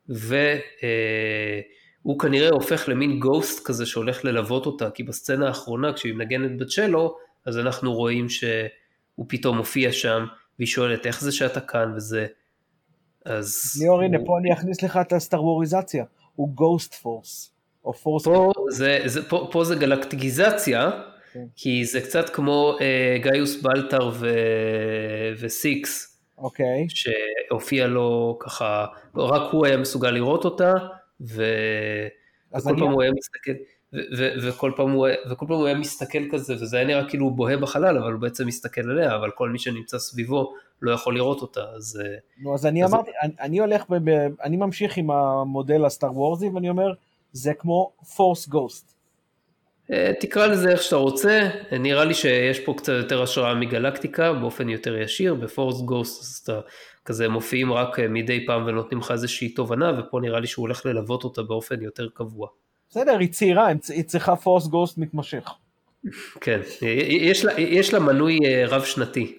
והוא כנראה הופך למין גוסט כזה שהולך ללוות אותה, כי בסצנה האחרונה כשהיא מנגנת בצ'לו, אז אנחנו רואים שהוא פתאום מופיע שם, והיא שואלת איך זה שאתה כאן וזה, אז... ליאור, הנה, פה אני אכניס לך את הסטארווריזציה, הוא גוסט פורס, או פורס... פה זה גלקטיגיזציה, כי זה קצת כמו גאיוס בלטר וסיקס, שהופיע לו ככה, רק הוא היה מסוגל לראות אותה, וכל פעם הוא היה מסתכל, וכל פעם הוא היה מסתכל כזה, וזה היה נראה כאילו הוא בוהה בחלל, אבל הוא בעצם מסתכל עליה, אבל כל מי שנמצא סביבו לא יכול לראות אותה, אז אני אמרתי, אני ממשיך עם המודל הסטאר וורזי, ואני אומר, זה כמו פורס גוסט. תקרא לזה איך שאתה רוצה, נראה לי שיש פה קצת יותר השראה מגלקטיקה, באופן יותר ישיר, בפורס גוסט, אז אתה כזה מופיעים רק מדי פעם ונותנים לך איזושהי תובנה, ופה נראה לי שהוא הולך ללוות אותה באופן יותר קבוע. בסדר, היא צעירה, היא צריכה פורס גוסט מתמשך. כן, יש לה מנוי רב שנתי.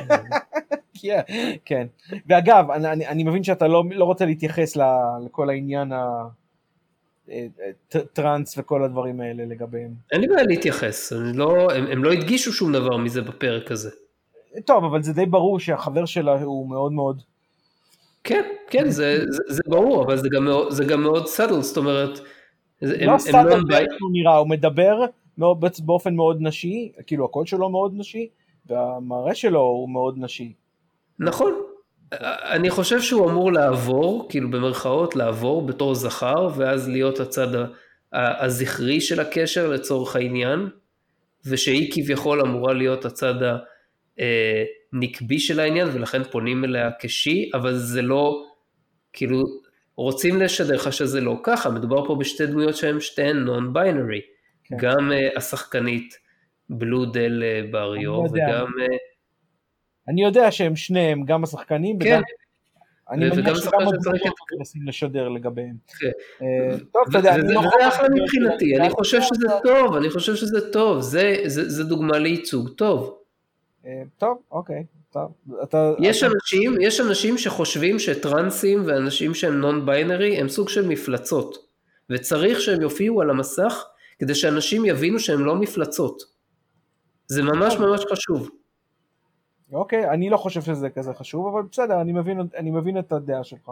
כן, ואגב, אני מבין שאתה לא רוצה להתייחס לכל העניין טרנס וכל הדברים האלה לגביהם. אין לי בעיה להתייחס, הם לא הדגישו שום דבר מזה בפרק הזה. טוב, אבל זה די ברור שהחבר שלה הוא מאוד מאוד... כן, זה ברור, אבל זה גם מאוד סאדל, זאת אומרת... לא סאדל, הוא נראה, הוא מדבר באופן מאוד נשי, כאילו הקול שלו מאוד נשי, והמראה שלו הוא מאוד נשי. נכון. אני חושב שהוא אמור לעבור, כאילו במרכאות לעבור בתור זכר, ואז להיות הצד הזכרי של הקשר לצורך העניין, ושהיא כביכול אמורה להיות הצד הנקבי של העניין, ולכן פונים אליה כשי, אבל זה לא, כאילו, רוצים לשדר לך שזה לא ככה, מדובר פה בשתי דמויות שהן שתיהן נון-ביינרי, כן. גם השחקנית בלו דל בריו, וגם... אני יודע שהם שניהם, גם השחקנים, כן. וגם... אני מניח שגם הדברים מנסים לשדר לגביהם. טוב, אתה יודע, זה אחלה מבחינתי, אני חושב שזה טוב, זה דוגמה לייצוג טוב. טוב, אוקיי, טוב. יש אנשים שחושבים שטרנסים ואנשים שהם נון ביינרי הם סוג של מפלצות, וצריך שהם יופיעו על המסך כדי שאנשים יבינו שהם לא מפלצות. זה ממש ממש חשוב. אוקיי, אני לא חושב שזה כזה חשוב, אבל בסדר, אני מבין את הדעה שלך.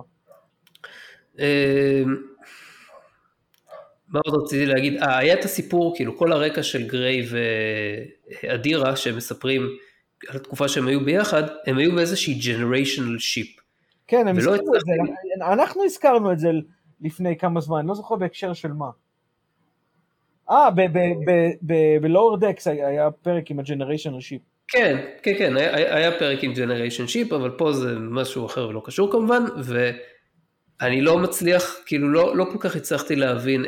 מה עוד רציתי להגיד? היה את הסיפור, כאילו כל הרקע של גריי ואדירה, שהם מספרים על התקופה שהם היו ביחד, הם היו באיזושהי generational ship. כן, הם הזכרו את זה, אנחנו הזכרנו את זה לפני כמה זמן, לא זוכר בהקשר של מה. בלואור דקס היה פרק עם ה-generational ship. כן, היה פרק עם Generation Ship, אבל פה זה משהו אחר ולא קשור כמובן, אני לא מצליח, כאילו לא כל כך הצלחתי להבין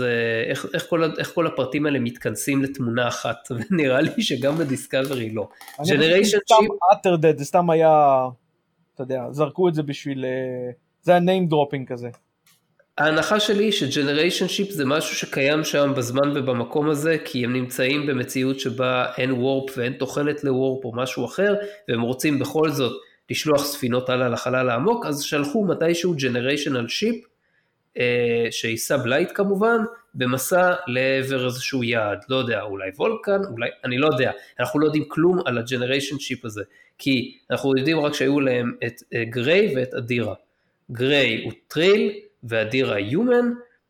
איך כל הפרטים האלה מתכנסים לתמונה אחת, ונראה לי שגם בדיסקאברי לא. אני חושב שזה סתם Utterdead, זה סתם היה, אתה יודע, זרקו את זה בשביל, זה היה name dropping כזה. ההנחה שלי היא שג'נריישן שיפ זה משהו שקיים שם בזמן ובמקום הזה, כי הם נמצאים במציאות שבה אין וורפ ואין תוחלת לוורפ או משהו אחר, והם רוצים בכל זאת לשלוח ספינות הלאה לחלל העמוק, אז שלחו מתישהו ג'נריישנל שיפ, שהיא סאבלייט כמובן, במסע לעבר איזשהו יעד, לא יודע, אולי וולקן, אולי, אני לא יודע, אנחנו לא יודעים כלום על הג'נריישן שיפ הזה, כי אנחנו יודעים רק שהיו להם את גריי ואת אדירה. גריי הוא טריל, ואדירה יומן,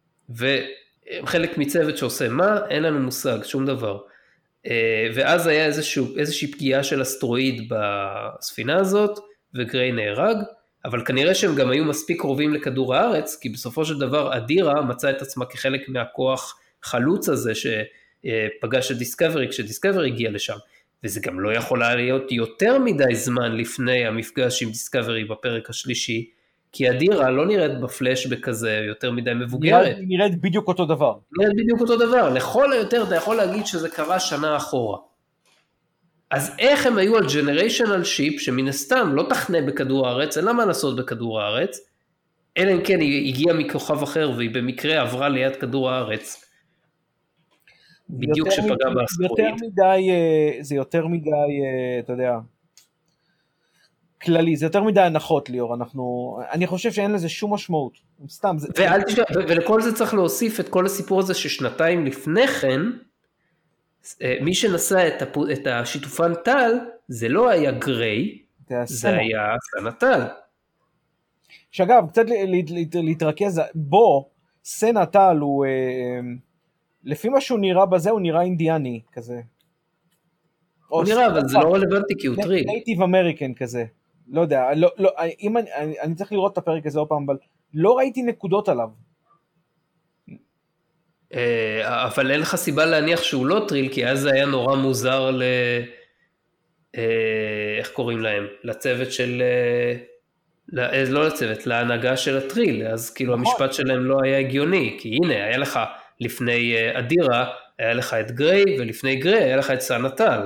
וחלק מצוות שעושה מה, אין לנו מושג, שום דבר. ואז היה איזושהי פגיעה של אסטרואיד בספינה הזאת, וגריי נהרג, אבל כנראה שהם גם היו מספיק קרובים לכדור הארץ, כי בסופו של דבר אדירה מצא את עצמה כחלק מהכוח חלוץ הזה, שפגש את דיסקאברי, כשדיסקאברי הגיע לשם, וזה גם לא יכול להיות יותר מדי זמן לפני המפגש עם דיסקאברי בפרק השלישי, כי אדירה לא נראית בפלשבק כזה יותר מדי מבוגרת. נראית בדיוק אותו דבר. נראית בדיוק אותו דבר. לכל היותר אתה יכול להגיד שזה קרה שנה אחורה. אז איך הם היו על ג'נריישנל שיפ, שמן הסתם לא תכנה בכדור הארץ, אין לה מה לעשות בכדור הארץ, אלא אם כן היא הגיעה מכוכב אחר, והיא במקרה עברה ליד כדור הארץ, בדיוק שפגע באסטרואיד. זה יותר מדי, אתה יודע, כללי, זה יותר מדי הנחות ליאור, אני חושב שאין לזה שום משמעות, סתם. ולכל זה צריך להוסיף את כל הסיפור הזה ששנתיים לפני כן, מי שנשא את השיתופן טל, זה לא היה גריי, זה היה סנה טל. שאגב, קצת להתרכז בו, סנה טל הוא, לפי מה שהוא נראה בזה, הוא נראה אינדיאני כזה. הוא נראה, אבל זה לא רלוונטי כי הוא טריל. נייטיב אמריקן כזה. לא יודע, אם אני צריך לראות את הפרק הזה עוד פעם, אבל לא ראיתי נקודות עליו. אבל אין לך סיבה להניח שהוא לא טריל, כי אז זה היה נורא מוזר איך קוראים להם? לצוות של, לא לצוות, להנהגה של הטריל, אז כאילו המשפט שלהם לא היה הגיוני, כי הנה, היה לך לפני אדירה, היה לך את גריי, ולפני גריי היה לך את סנה טל.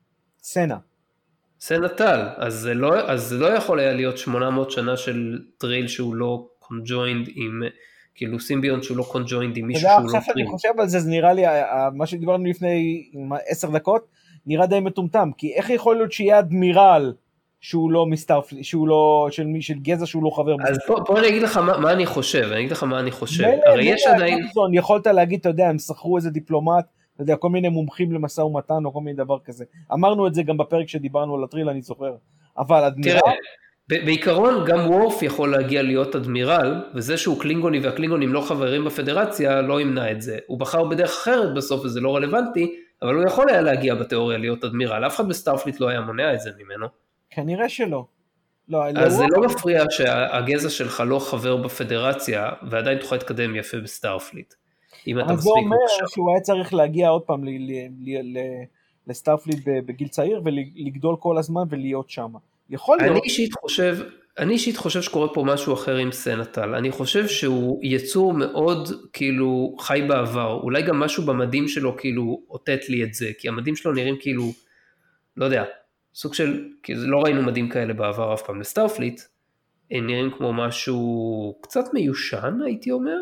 סנה טל, אז זה לא יכול היה להיות 800 שנה של טריל שהוא לא קונג'וינד עם, כאילו סימביונט שהוא לא קונג'וינד עם מישהו שהוא לא טריל. אני חושב על זה, זה נראה לי, מה שדיברנו לפני 10 דקות, נראה די מטומטם, כי איך יכול להיות שיהיה אדמירל, שהוא לא מסטארפליט, שהוא לא, של גזע שהוא לא חבר. אז פה אני אגיד לך מה אני חושב, הרי יש עדיין... יכולת להגיד, אתה יודע, הם שכרו איזה דיפלומט, אתה יודע, כל מיני מומחים למשא ומתן, או כל מיני דבר כזה. אמרנו את זה גם בפרק שדיברנו על הטריל, אני זוכר. אבל אדמירל... תראה, בעיקרון גם וורף יכול להגיע להיות אדמירל, וזה שהוא קלינגוני והקלינגונים לא חברים בפדרציה, לא ימנע את זה. הוא בחר בדרך אחרת בסוף, וזה לא רלוונטי, אבל הוא יכול היה להגיע בתיאוריה להיות אדמירל. אף אחד בסטארפליט לא היה מונע את זה ממנו. כנראה שלא. אז זה לא מפריע שהגזע שלך לא חבר בפדרציה, ועדיין תוכל להתקדם יפה בסטארפליט. אבל זה אומר שהוא היה צריך להגיע עוד פעם לסטארפליט בגיל צעיר, ולגדול כל הזמן ולהיות שם. יכול להיות. אני אישית חושב שקורה פה משהו אחר עם סנה טל. אני חושב שהוא יצור מאוד כאילו חי בעבר. אולי גם משהו במדים שלו כאילו אותת לי את זה, כי המדים שלו נראים כאילו, לא יודע, סוג של, כי לא ראינו מדים כאלה בעבר אף פעם לסטארפליט, הם נראים כמו משהו קצת מיושן הייתי אומר,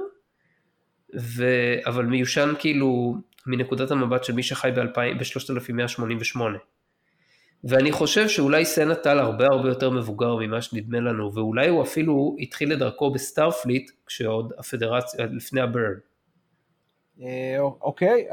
אבל מיושן כאילו מנקודת המבט של מי שחי ב-3188. ואני חושב שאולי סנה טל הרבה יותר מבוגר ממה שנדמה לנו, ואולי הוא אפילו התחיל לדרכו בסטארפליט, כשעוד הפדרציה, לפני הבירד. אוקיי,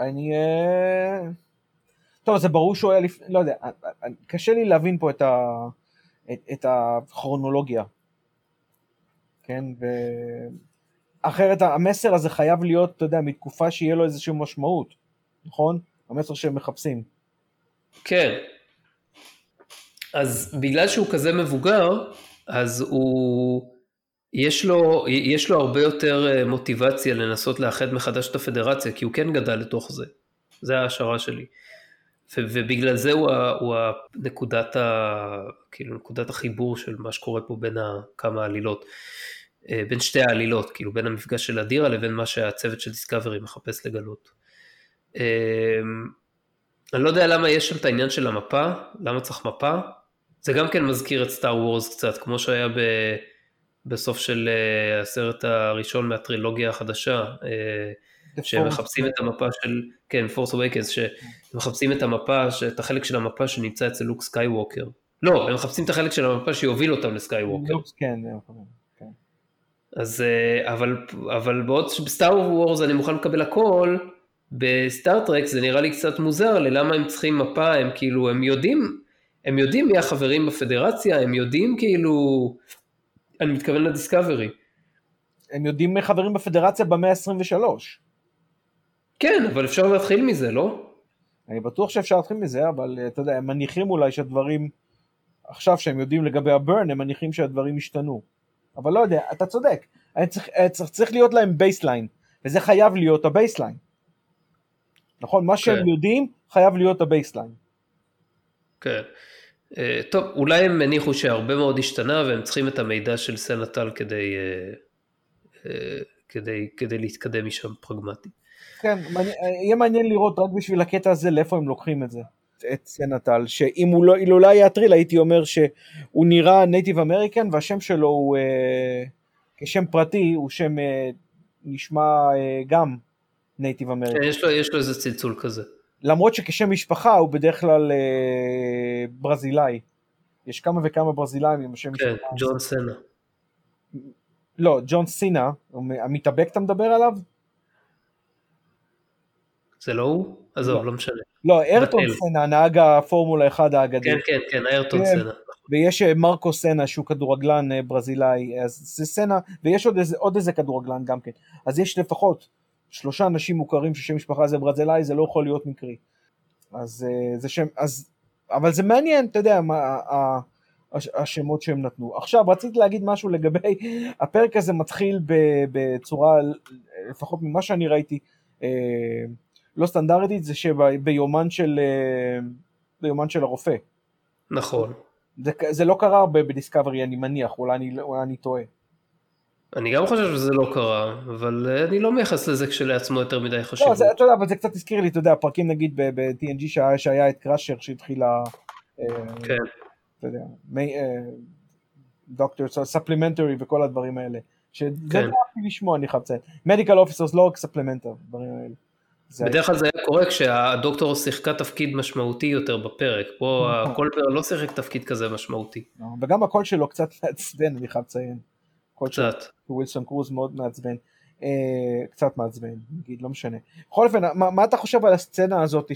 טוב, זה ברור שהוא היה לפני, לא יודע, קשה לי להבין פה את הכרונולוגיה. כן, אחרת המסר הזה חייב להיות, אתה יודע, מתקופה שיהיה לו איזושהי משמעות, נכון? המסר שהם מחפשים. כן. אז בגלל שהוא כזה מבוגר, אז יש לו הרבה יותר מוטיבציה לנסות לאחד מחדש את הפדרציה, כי הוא כן גדל לתוך זה. זה ההשערה שלי. ובגלל זה הוא נקודת החיבור של מה שקורה פה בין כמה עלילות. בין שתי העלילות, כאילו בין המפגש של אדירה לבין מה שהצוות של דיסקאברי מחפש לגלות. אני לא יודע למה יש שם את העניין של המפה, למה צריך מפה, זה גם כן מזכיר את סטאר וורס קצת, כמו שהיה בסוף של הסרט הראשון מהטרילוגיה החדשה, שמחפשים את המפה של, כן, Force Awakens, שמחפשים את המפה, את החלק של המפה שנמצא אצל לוק סקייווקר. לא, הם מחפשים את החלק של המפה שיוביל אותם לסקייווקר. כן. אז, אבל בעוד שבסטאר וורס אני מוכן לקבל הכל, בסטאר טרק זה נראה לי קצת מוזר, ללמה הם צריכים מפה, הם כאילו, הם יודעים מי החברים בפדרציה, הם יודעים כאילו, אני מתכוון לדיסקאברי. הם יודעים מי חברים בפדרציה במאה ה-23. כן, אבל אפשר להתחיל מזה, לא? אני בטוח שאפשר להתחיל מזה, אבל אתה יודע, הם מניחים אולי שהדברים, עכשיו שהם יודעים לגבי הברן, הם מניחים שהדברים השתנו. אבל לא יודע, אתה צודק, צריך להיות להם בייסליין, וזה חייב להיות הבייסליין. נכון, מה שהם יודעים חייב להיות הבייסליין. כן. טוב, אולי הם הניחו שהרבה מאוד השתנה, והם צריכים את המידע של סנטל כדי להתקדם משם פרגמטי. כן, יהיה מעניין לראות רק בשביל הקטע הזה, לאיפה הם לוקחים את זה. את סנטל, שאם הוא לא היה טריל, הייתי אומר שהוא נראה נייטיב אמריקן, והשם שלו הוא, כשם פרטי, הוא שם נשמע גם נייטיב אמריקן. יש לו איזה צלצול כזה. למרות שכשם משפחה הוא בדרך כלל ברזילאי. יש כמה וכמה ברזילאים עם השם משפחה. כן, ג'ון סנה. לא, ג'ון סינה, המתאבק אתה מדבר עליו? זה לא הוא? עזוב, לא משנה. לא, איירטון סנה, נהג הפורמולה 1 האגדי. כן, איירטון סנה. ויש מרקו סנה שהוא כדורגלן ברזילאי, אז זה סנה, ויש עוד איזה כדורגלן גם כן. אז יש לפחות 3 אנשים מוכרים ששם משפחה זה ברזילאי, זה לא יכול להיות מקרי. אז זה שם, אבל זה מעניין, אתה יודע, השמות שהם נתנו. עכשיו, רציתי להגיד משהו לגבי, הפרק הזה מתחיל בצורה, לפחות ממה שאני ראיתי, לא סטנדרטית, זה שביומן של הרופא. נכון. זה לא קרה הרבה בדיסקאברי, אני מניח, אולי אני טועה. אני גם חושב שזה לא קרה, אבל אני לא מייחס לזה כשלעצמו יותר מדי חשיבות. לא, אתה יודע, אבל זה קצת הזכיר לי, אתה יודע, פרקים נגיד ב-TNG שהיה את קראשר שהתחילה, כן. אתה יודע, דוקטור, ספלימנטרי וכל הדברים האלה, שזה לא אהבתי לשמוע, אני חייב לציין. מדיקל אופיסרס לא רק ספלימנטר, דברים האלה. בדרך כלל זה היה קורה כשהדוקטור שיחקה תפקיד משמעותי יותר בפרק, פה הקולבר לא שיחק תפקיד כזה משמעותי. וגם הקול שלו קצת מעצבן, אני חייב לציין. קצת. ווילסון קרוז מאוד מעצבן, קצת מעצבן, נגיד, לא משנה. בכל אופן, מה אתה חושב על הסצנה הזאת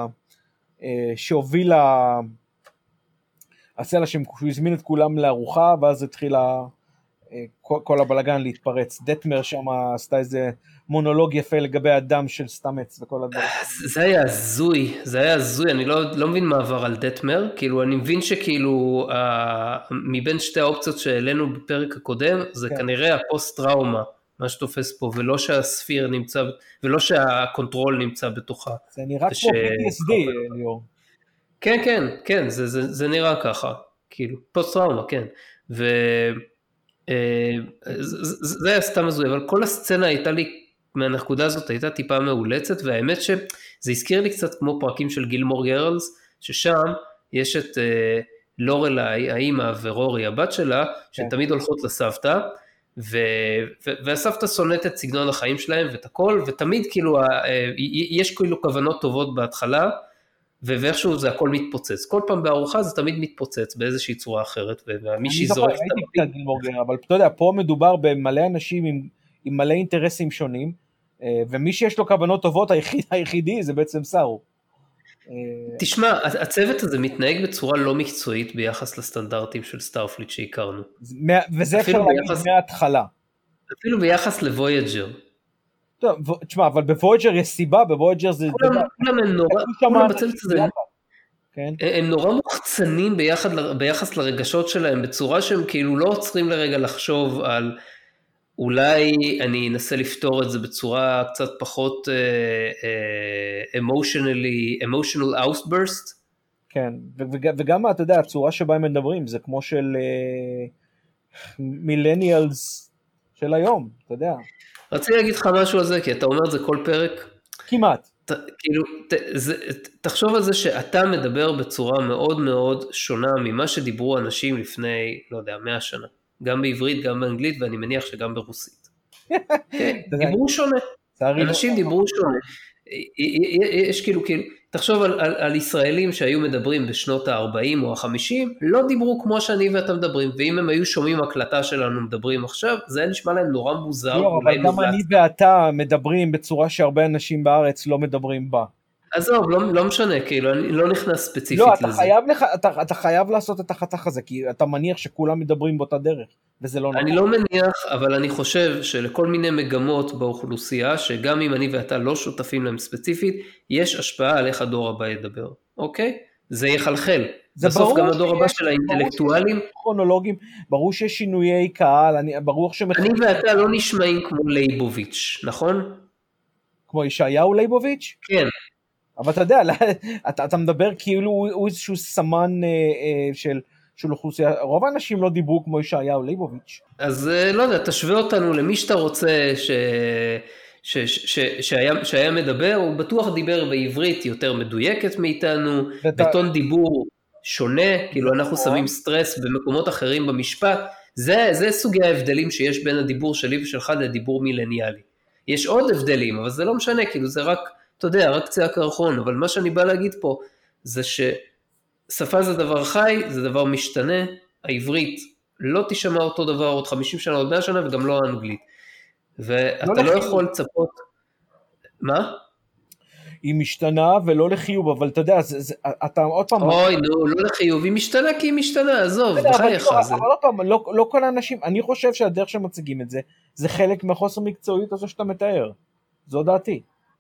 שהובילה, הסצנה שהוא הזמין את כולם לארוחה, ואז התחילה כל הבלגן להתפרץ. דטמר שם עשתה איזה מונולוג יפה לגבי הדם של סטאמץ וכל הדברים. זה היה הזוי, אני לא מבין מה עבר על דטמר, כאילו אני מבין שכאילו מבין שתי האופציות שהעלינו בפרק הקודם, זה כנראה הפוסט טראומה, מה שתופס פה, ולא שהספיר נמצא, ולא שהקונטרול נמצא בתוכה. זה נראה כמו PTSD, ליאור. כן, זה נראה ככה, כאילו, פוסט טראומה, כן, זה היה סתם הזוי, אבל כל הסצנה הייתה לי, מהנקודה הזאת הייתה טיפה מאולצת, והאמת שזה הזכיר לי קצת כמו פרקים של גילמור גרלס, ששם יש את לורליי, האמא ורורי, הבת שלה, שתמיד הולכות לסבתא, והסבתא שונאת את סגנון החיים שלהם ואת הכל, ותמיד כאילו, יש כאילו כוונות טובות בהתחלה, ואיכשהו זה הכל מתפוצץ. כל פעם בארוחה זה תמיד מתפוצץ באיזושהי צורה אחרת, ומישהי זורק את הפים. אבל אתה יודע, פה מדובר במלא אנשים עם מלא אינטרסים שונים, ומי שיש לו כוונות טובות, היחידי זה בעצם סארו. תשמע, הצוות הזה מתנהג בצורה לא מקצועית ביחס לסטנדרטים של סטארפליט שהכרנו. וזה אפשר להגיד מההתחלה. אפילו ביחס לוויג'ר. טוב, תשמע, אבל בוויג'ר יש סיבה, בוויג'ר זה... הם נורא מוחצנים ביחס לרגשות שלהם, בצורה שהם כאילו לא עוצרים לרגע לחשוב על... אולי אני אנסה לפתור את זה בצורה קצת פחות emotional outburst. כן, וגם אתה יודע, הצורה שבה הם מדברים, זה כמו של millennials של היום, אתה יודע. רציתי להגיד לך משהו על זה, כי אתה אומר את זה כל פרק. כמעט. כאילו, תחשוב על זה שאתה מדבר בצורה מאוד מאוד שונה ממה שדיברו אנשים לפני, לא יודע, 100 שנה. גם בעברית, גם באנגלית, ואני מניח שגם ברוסית. דיברו שונה. אנשים דיברו שונה. יש כאילו, תחשוב על ישראלים שהיו מדברים בשנות ה-40 או ה-50, לא דיברו כמו שאני ואתה מדברים, ואם הם היו שומעים הקלטה שלנו מדברים עכשיו, זה היה נשמע להם נורא מוזר. לא, אבל גם אני ואתה מדברים בצורה שהרבה אנשים בארץ לא מדברים בה. עזוב, לא משנה, כאילו, אני לא נכנס ספציפית לזה. לא, אתה חייב לעשות את החתך הזה, כי אתה מניח שכולם מדברים באותה דרך, וזה לא נכון. אני לא מניח, אבל אני חושב שלכל מיני מגמות באוכלוסייה, שגם אם אני ואתה לא שותפים להם ספציפית, יש השפעה על איך הדור הבא ידבר, אוקיי? זה יחלחל. בסוף גם הדור הבא של האינטלקטואלים. כרונולוגים, ברור שיש שינויי קהל, ברור אני ואתה לא נשמעים כמו לייבוביץ', נכון? כמו ישעיהו לייבוביץ'? כן. אבל אתה יודע, אתה מדבר כאילו הוא איזשהו סמן של אוכלוסייה, רוב האנשים לא דיברו כמו ישעיהו לייבוביץ'. אז לא יודע, תשווה אותנו למי שאתה רוצה שהיה מדבר, הוא בטוח דיבר בעברית יותר מדויקת מאיתנו, בטון דיבור שונה, כאילו אנחנו שמים סטרס במקומות אחרים במשפט, זה סוגי ההבדלים שיש בין הדיבור שלי ושלך לדיבור מילניאלי. יש עוד הבדלים, אבל זה לא משנה, כאילו זה רק, אתה יודע, רק קצה הקרחון, אבל מה שאני בא להגיד פה, זה ששפה זה דבר חי, זה דבר משתנה, העברית לא תשמע אותו דבר עוד 50 שנה, עוד 100 שנה, וגם לא האנגלית. ואתה לא יכול לצפות, מה? היא משתנה ולא לחיוב, אבל אתה יודע, אתה עוד פעם... אוי, נו, לא לחיוב, היא משתנה כי היא משתנה, עזוב, בחייך. אבל עוד פעם, לא כל האנשים, אני חושב שהדרך שמציגים את זה, זה חלק מהחוסר מקצועיות הזה שאתה מתאר. זו דעתי.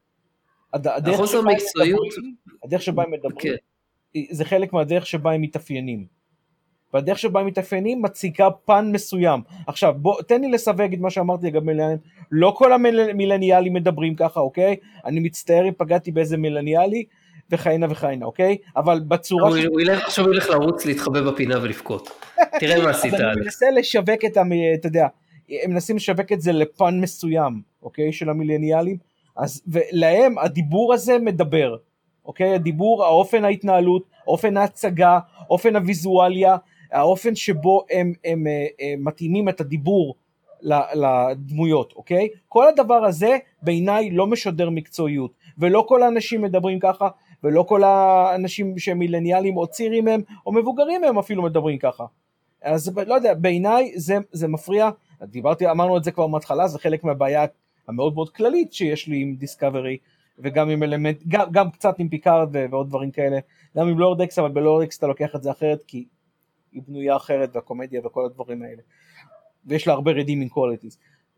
החוסר מקצועיות... הדרך שבה הם מדברים, זה חלק מהדרך שבה הם מתאפיינים. והדרך שבה הם מתאפיינים מציקה פן מסוים. עכשיו, תן לי לסווג את מה שאמרתי לגבי מילניאלים. לא כל המילניאלים מדברים ככה, אוקיי? אני מצטער אם פגעתי באיזה מילניאלי, וחיינה וחיינה, אוקיי? אבל בצורה... עכשיו הוא ילך לרוץ להתחבא בפינה ולפקוט. תראה מה עשית. אני מנסה לשווק את, אתה יודע, הם מנסים לשווק את זה לפן מסוים, אוקיי? של המילניאלים. ולהם הדיבור הזה מדבר, אוקיי? הדיבור, האופן ההתנהלות, אופן ההצגה, אופן הוויזואליה, האופן שבו הם מתאימים את הדיבור לדמויות, אוקיי? כל הדבר הזה בעיניי לא משדר מקצועיות, ולא כל האנשים מדברים ככה, ולא כל האנשים שהם מילניאלים או צעירים הם, או מבוגרים הם אפילו מדברים ככה. אז לא יודע, בעיניי זה מפריע, אמרנו את זה כבר מההתחלה, זה חלק מהבעיה המאוד מאוד כללית שיש לי עם דיסקאברי, וגם עם אלמנט, גם קצת עם פיקארד ועוד דברים כאלה, גם עם לורד אקס, אבל בלורד אקס אתה לוקח את זה אחרת, כי היא בנויה אחרת, והקומדיה וכל הדברים האלה, ויש לה הרבה redeeming qualities,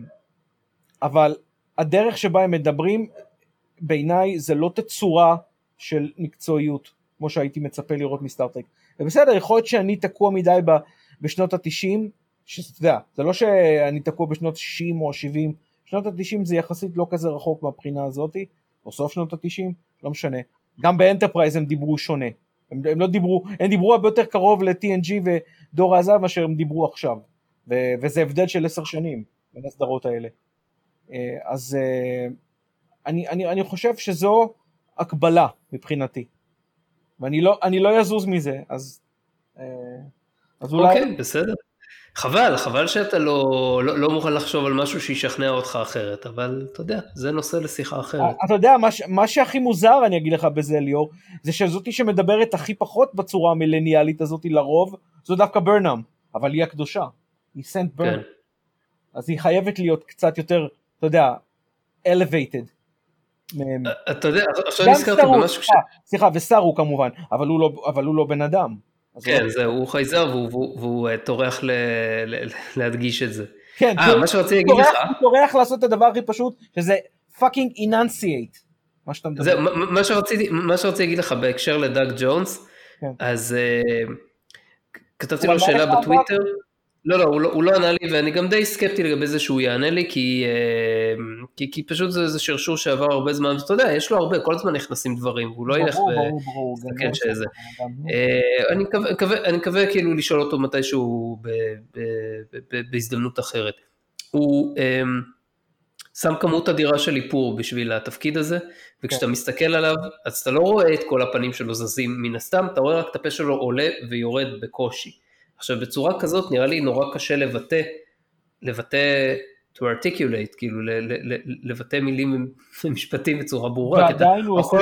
אבל הדרך שבה הם מדברים, בעיניי זה לא תצורה של מקצועיות, כמו שהייתי מצפה לראות מסטארטרק, ובסדר, יכול להיות שאני תקוע מדי בשנות ה-90, שאתה יודע, זה לא שאני תקוע בשנות ה-60 או ה-70, שנות ה-90 זה יחסית לא כזה רחוק מהבחינה הזאת, או סוף שנות ה-90, לא משנה, גם באנטרפרייז הם דיברו שונה, הם לא דיברו, הם דיברו הרבה יותר קרוב ל-TNG ודור הזהב מאשר הם דיברו עכשיו, וזה הבדל של 10 שנים בין הסדרות האלה. אז אני חושב שזו הקבלה מבחינתי, ואני לא יזוז מזה, אז אולי... אוקיי, בסדר. חבל שאתה לא מוכן לחשוב על משהו שישכנע אותך אחרת, אבל אתה יודע, זה נושא לשיחה אחרת. אתה יודע, מה שהכי מוזר, אני אגיד לך בזה, ליאור, זה שזאתי שמדברת הכי פחות בצורה המילניאלית הזאת לרוב, זו דווקא ברנאם, אבל היא הקדושה, היא סנט ברנאם. אז היא חייבת להיות קצת יותר, אתה יודע, elevated. אתה יודע, עכשיו נזכרתי במשהו סליחה, וסרו כמובן, אבל הוא לא בן אדם. כן, זהו, הוא חייזר והוא טורח להדגיש את זה. כן, מה שרציתי להגיד לך... הוא טורח לעשות את הדבר הכי פשוט, שזה fucking enunciate, מה שאתה מדבר. מה שרציתי להגיד לך בהקשר לדאג ג'ונס, אז כתבתי לו שאלה בטוויטר, לא, הוא לא ענה לי, ואני גם די סקפטי לגבי זה שהוא יענה לי, כי פשוט זה שרשור שעבר הרבה זמן, ואתה יודע, יש לו הרבה, כל הזמן נכנסים דברים, והוא לא ילך וסתכן שזה. אני מקווה כאילו לשאול אותו מתישהו בהזדמנות אחרת. הוא שם כמות אדירה של איפור בשביל התפקיד הזה, וכשאתה מסתכל עליו, אז אתה לא רואה את כל הפנים שלו זזים מן הסתם, אתה רואה רק את הפה שלו עולה ויורד בקושי. עכשיו בצורה כזאת נראה לי נורא קשה לבטא, to articulate, כאילו לבטא מילים ומשפטים בצורה ברורה. ועדיין הוא עושה...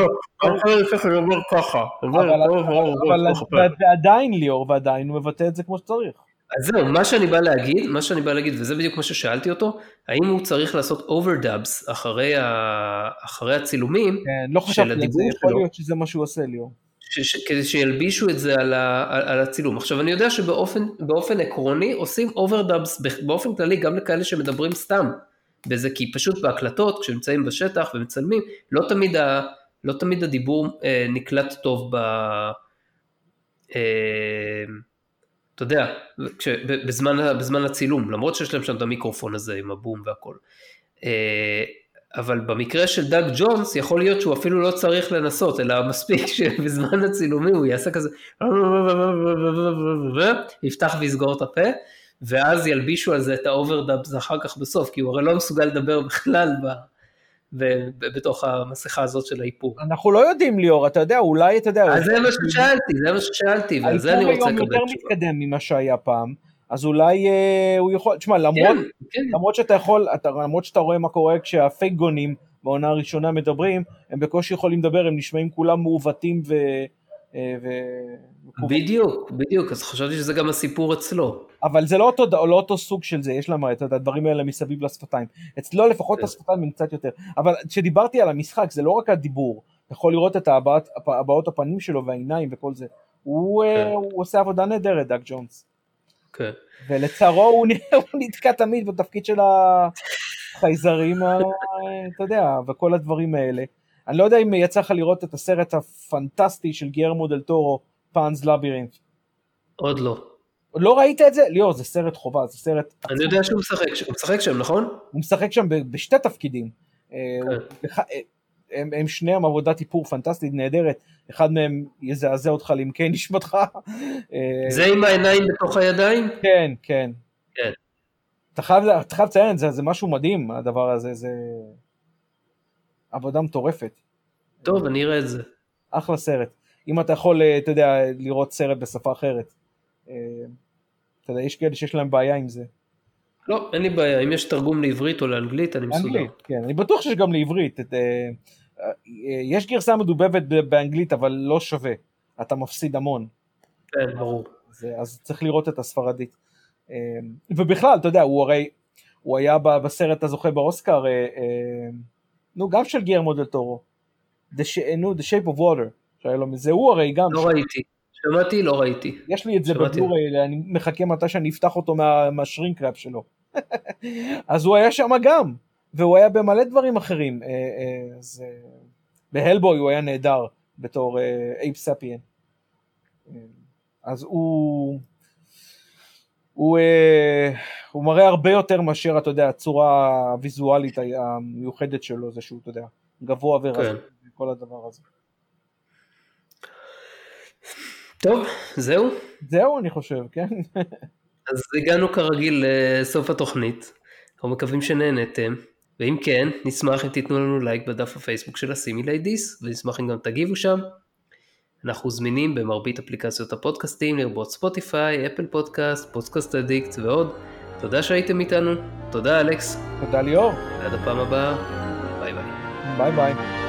אבל עדיין ליאור, ועדיין הוא מבטא את זה כמו שצריך. אז זהו, מה שאני בא להגיד, וזה בדיוק מה ששאלתי אותו, האם הוא צריך לעשות overdubs אחרי הצילומים של הדיבור שלו? יכול להיות שזה מה שהוא עושה, ליאור. כדי שילבישו את זה על הצילום. עכשיו, אני יודע שבאופן עקרוני עושים overdubs באופן כללי, גם לכאלה שמדברים סתם בזה, כי פשוט בהקלטות, כשנמצאים בשטח ומצלמים, לא תמיד הדיבור נקלט טוב אתה יודע, בזמן הצילום, למרות שיש להם שם את המיקרופון הזה עם הבום והכל. אבל במקרה של דאג ג'ונס, יכול להיות שהוא אפילו לא צריך לנסות, אלא מספיק שבזמן הצילומים הוא יעשה כזה, יפתח ויסגור את הפה, ואז ילבישו על זה את האוברדאבס אחר כך בסוף, כי הוא הרי לא מסוגל לדבר בכלל בתוך המסכה הזאת של האיפור. אנחנו לא יודעים ליאור, אתה יודע, אולי אתה יודע... אז זה מה ששאלתי, ועל זה אני רוצה לקבל תשובה. האיפור היום יותר מתקדם ממה שהיה פעם, אז אולי הוא יכול, תשמע, למרות שאתה יכול, למרות שאתה רואה מה קורה כשהפייק גונים בעונה הראשונה מדברים, הם בקושי יכולים לדבר, הם נשמעים כולם מעוותים בדיוק, אז חשבתי שזה גם הסיפור אצלו. אבל זה לא אותו סוג של זה, יש למה את הדברים האלה מסביב לשפתיים. אצלו לפחות השפתיים הם קצת יותר. אבל כשדיברתי על המשחק, זה לא רק הדיבור, אתה יכול לראות את הבעות הפנים שלו והעיניים וכל זה. הוא עושה עבודה נהדרת, דאג ג'ונס. ולצערו הוא נתקע תמיד בתפקיד של החייזרים, אתה יודע, וכל הדברים האלה. אני לא יודע אם יצא לך לראות את הסרט הפנטסטי של גילרמו דל טורו, פאנס לבירינת'. עוד לא. לא ראית את זה? ליאור, זה סרט חובה, זה סרט... אני יודע שהוא משחק שם, נכון? הוא משחק שם בשתי תפקידים. הם שניהם עבודת איפור פנטסטית, נהדרת. אחד מהם יזעזע אותך לעמקי נשמתך. זה עם העיניים בתוך הידיים? כן, כן. אתה חייב לציין, זה משהו מדהים, הדבר הזה, זה עבודה מטורפת. טוב, אני אראה את זה. אחלה סרט. אם אתה יכול, אתה יודע, לראות סרט בשפה אחרת. אתה יודע, יש כאלה שיש להם בעיה עם זה. לא, אין לי בעיה. אם יש תרגום לעברית או לאנגלית, אני מסודר. כן, אני בטוח שיש גם לעברית. יש גרסה מדובבת באנגלית, אבל לא שווה. אתה מפסיד המון. כן, ברור. אז צריך לראות את הספרדית. ובכלל, אתה יודע, הוא היה בסרט הזוכה באוסקר, גם של גילרמו דל טורו. The Shape of Water. זה הוא הרי גם... לא ראיתי. שמעתי, לא ראיתי. יש לי את זה בבלוריי, אני מחכה מתי שאני אפתח אותו מהשרינק ראפ שלו. אז הוא היה שם גם, והוא היה במלא דברים אחרים. בהלבוי הוא היה נהדר, בתור אייפ ספיאן. אז הוא מראה הרבה יותר מאשר, אתה יודע, הצורה הוויזואלית המיוחדת שלו, זה שהוא, אתה יודע, גבוה ורז, כל הדבר הזה. טוב, זהו? זהו, אני חושב, כן. אז הגענו כרגיל לסוף התוכנית, אנחנו מקווים שנהנתם, ואם כן, נשמח אם תיתנו לנו לייק בדף הפייסבוק של הסימיליידיס, ונשמח אם גם תגיבו שם. אנחנו זמינים במרבית אפליקציות הפודקאסטים, לרבות ספוטיפיי, אפל פודקאסט, פודקאסט אדיקט ועוד. תודה שהייתם איתנו, תודה אלכס. תודה ליאור. ועד הפעם הבאה, ביי ביי. ביי ביי.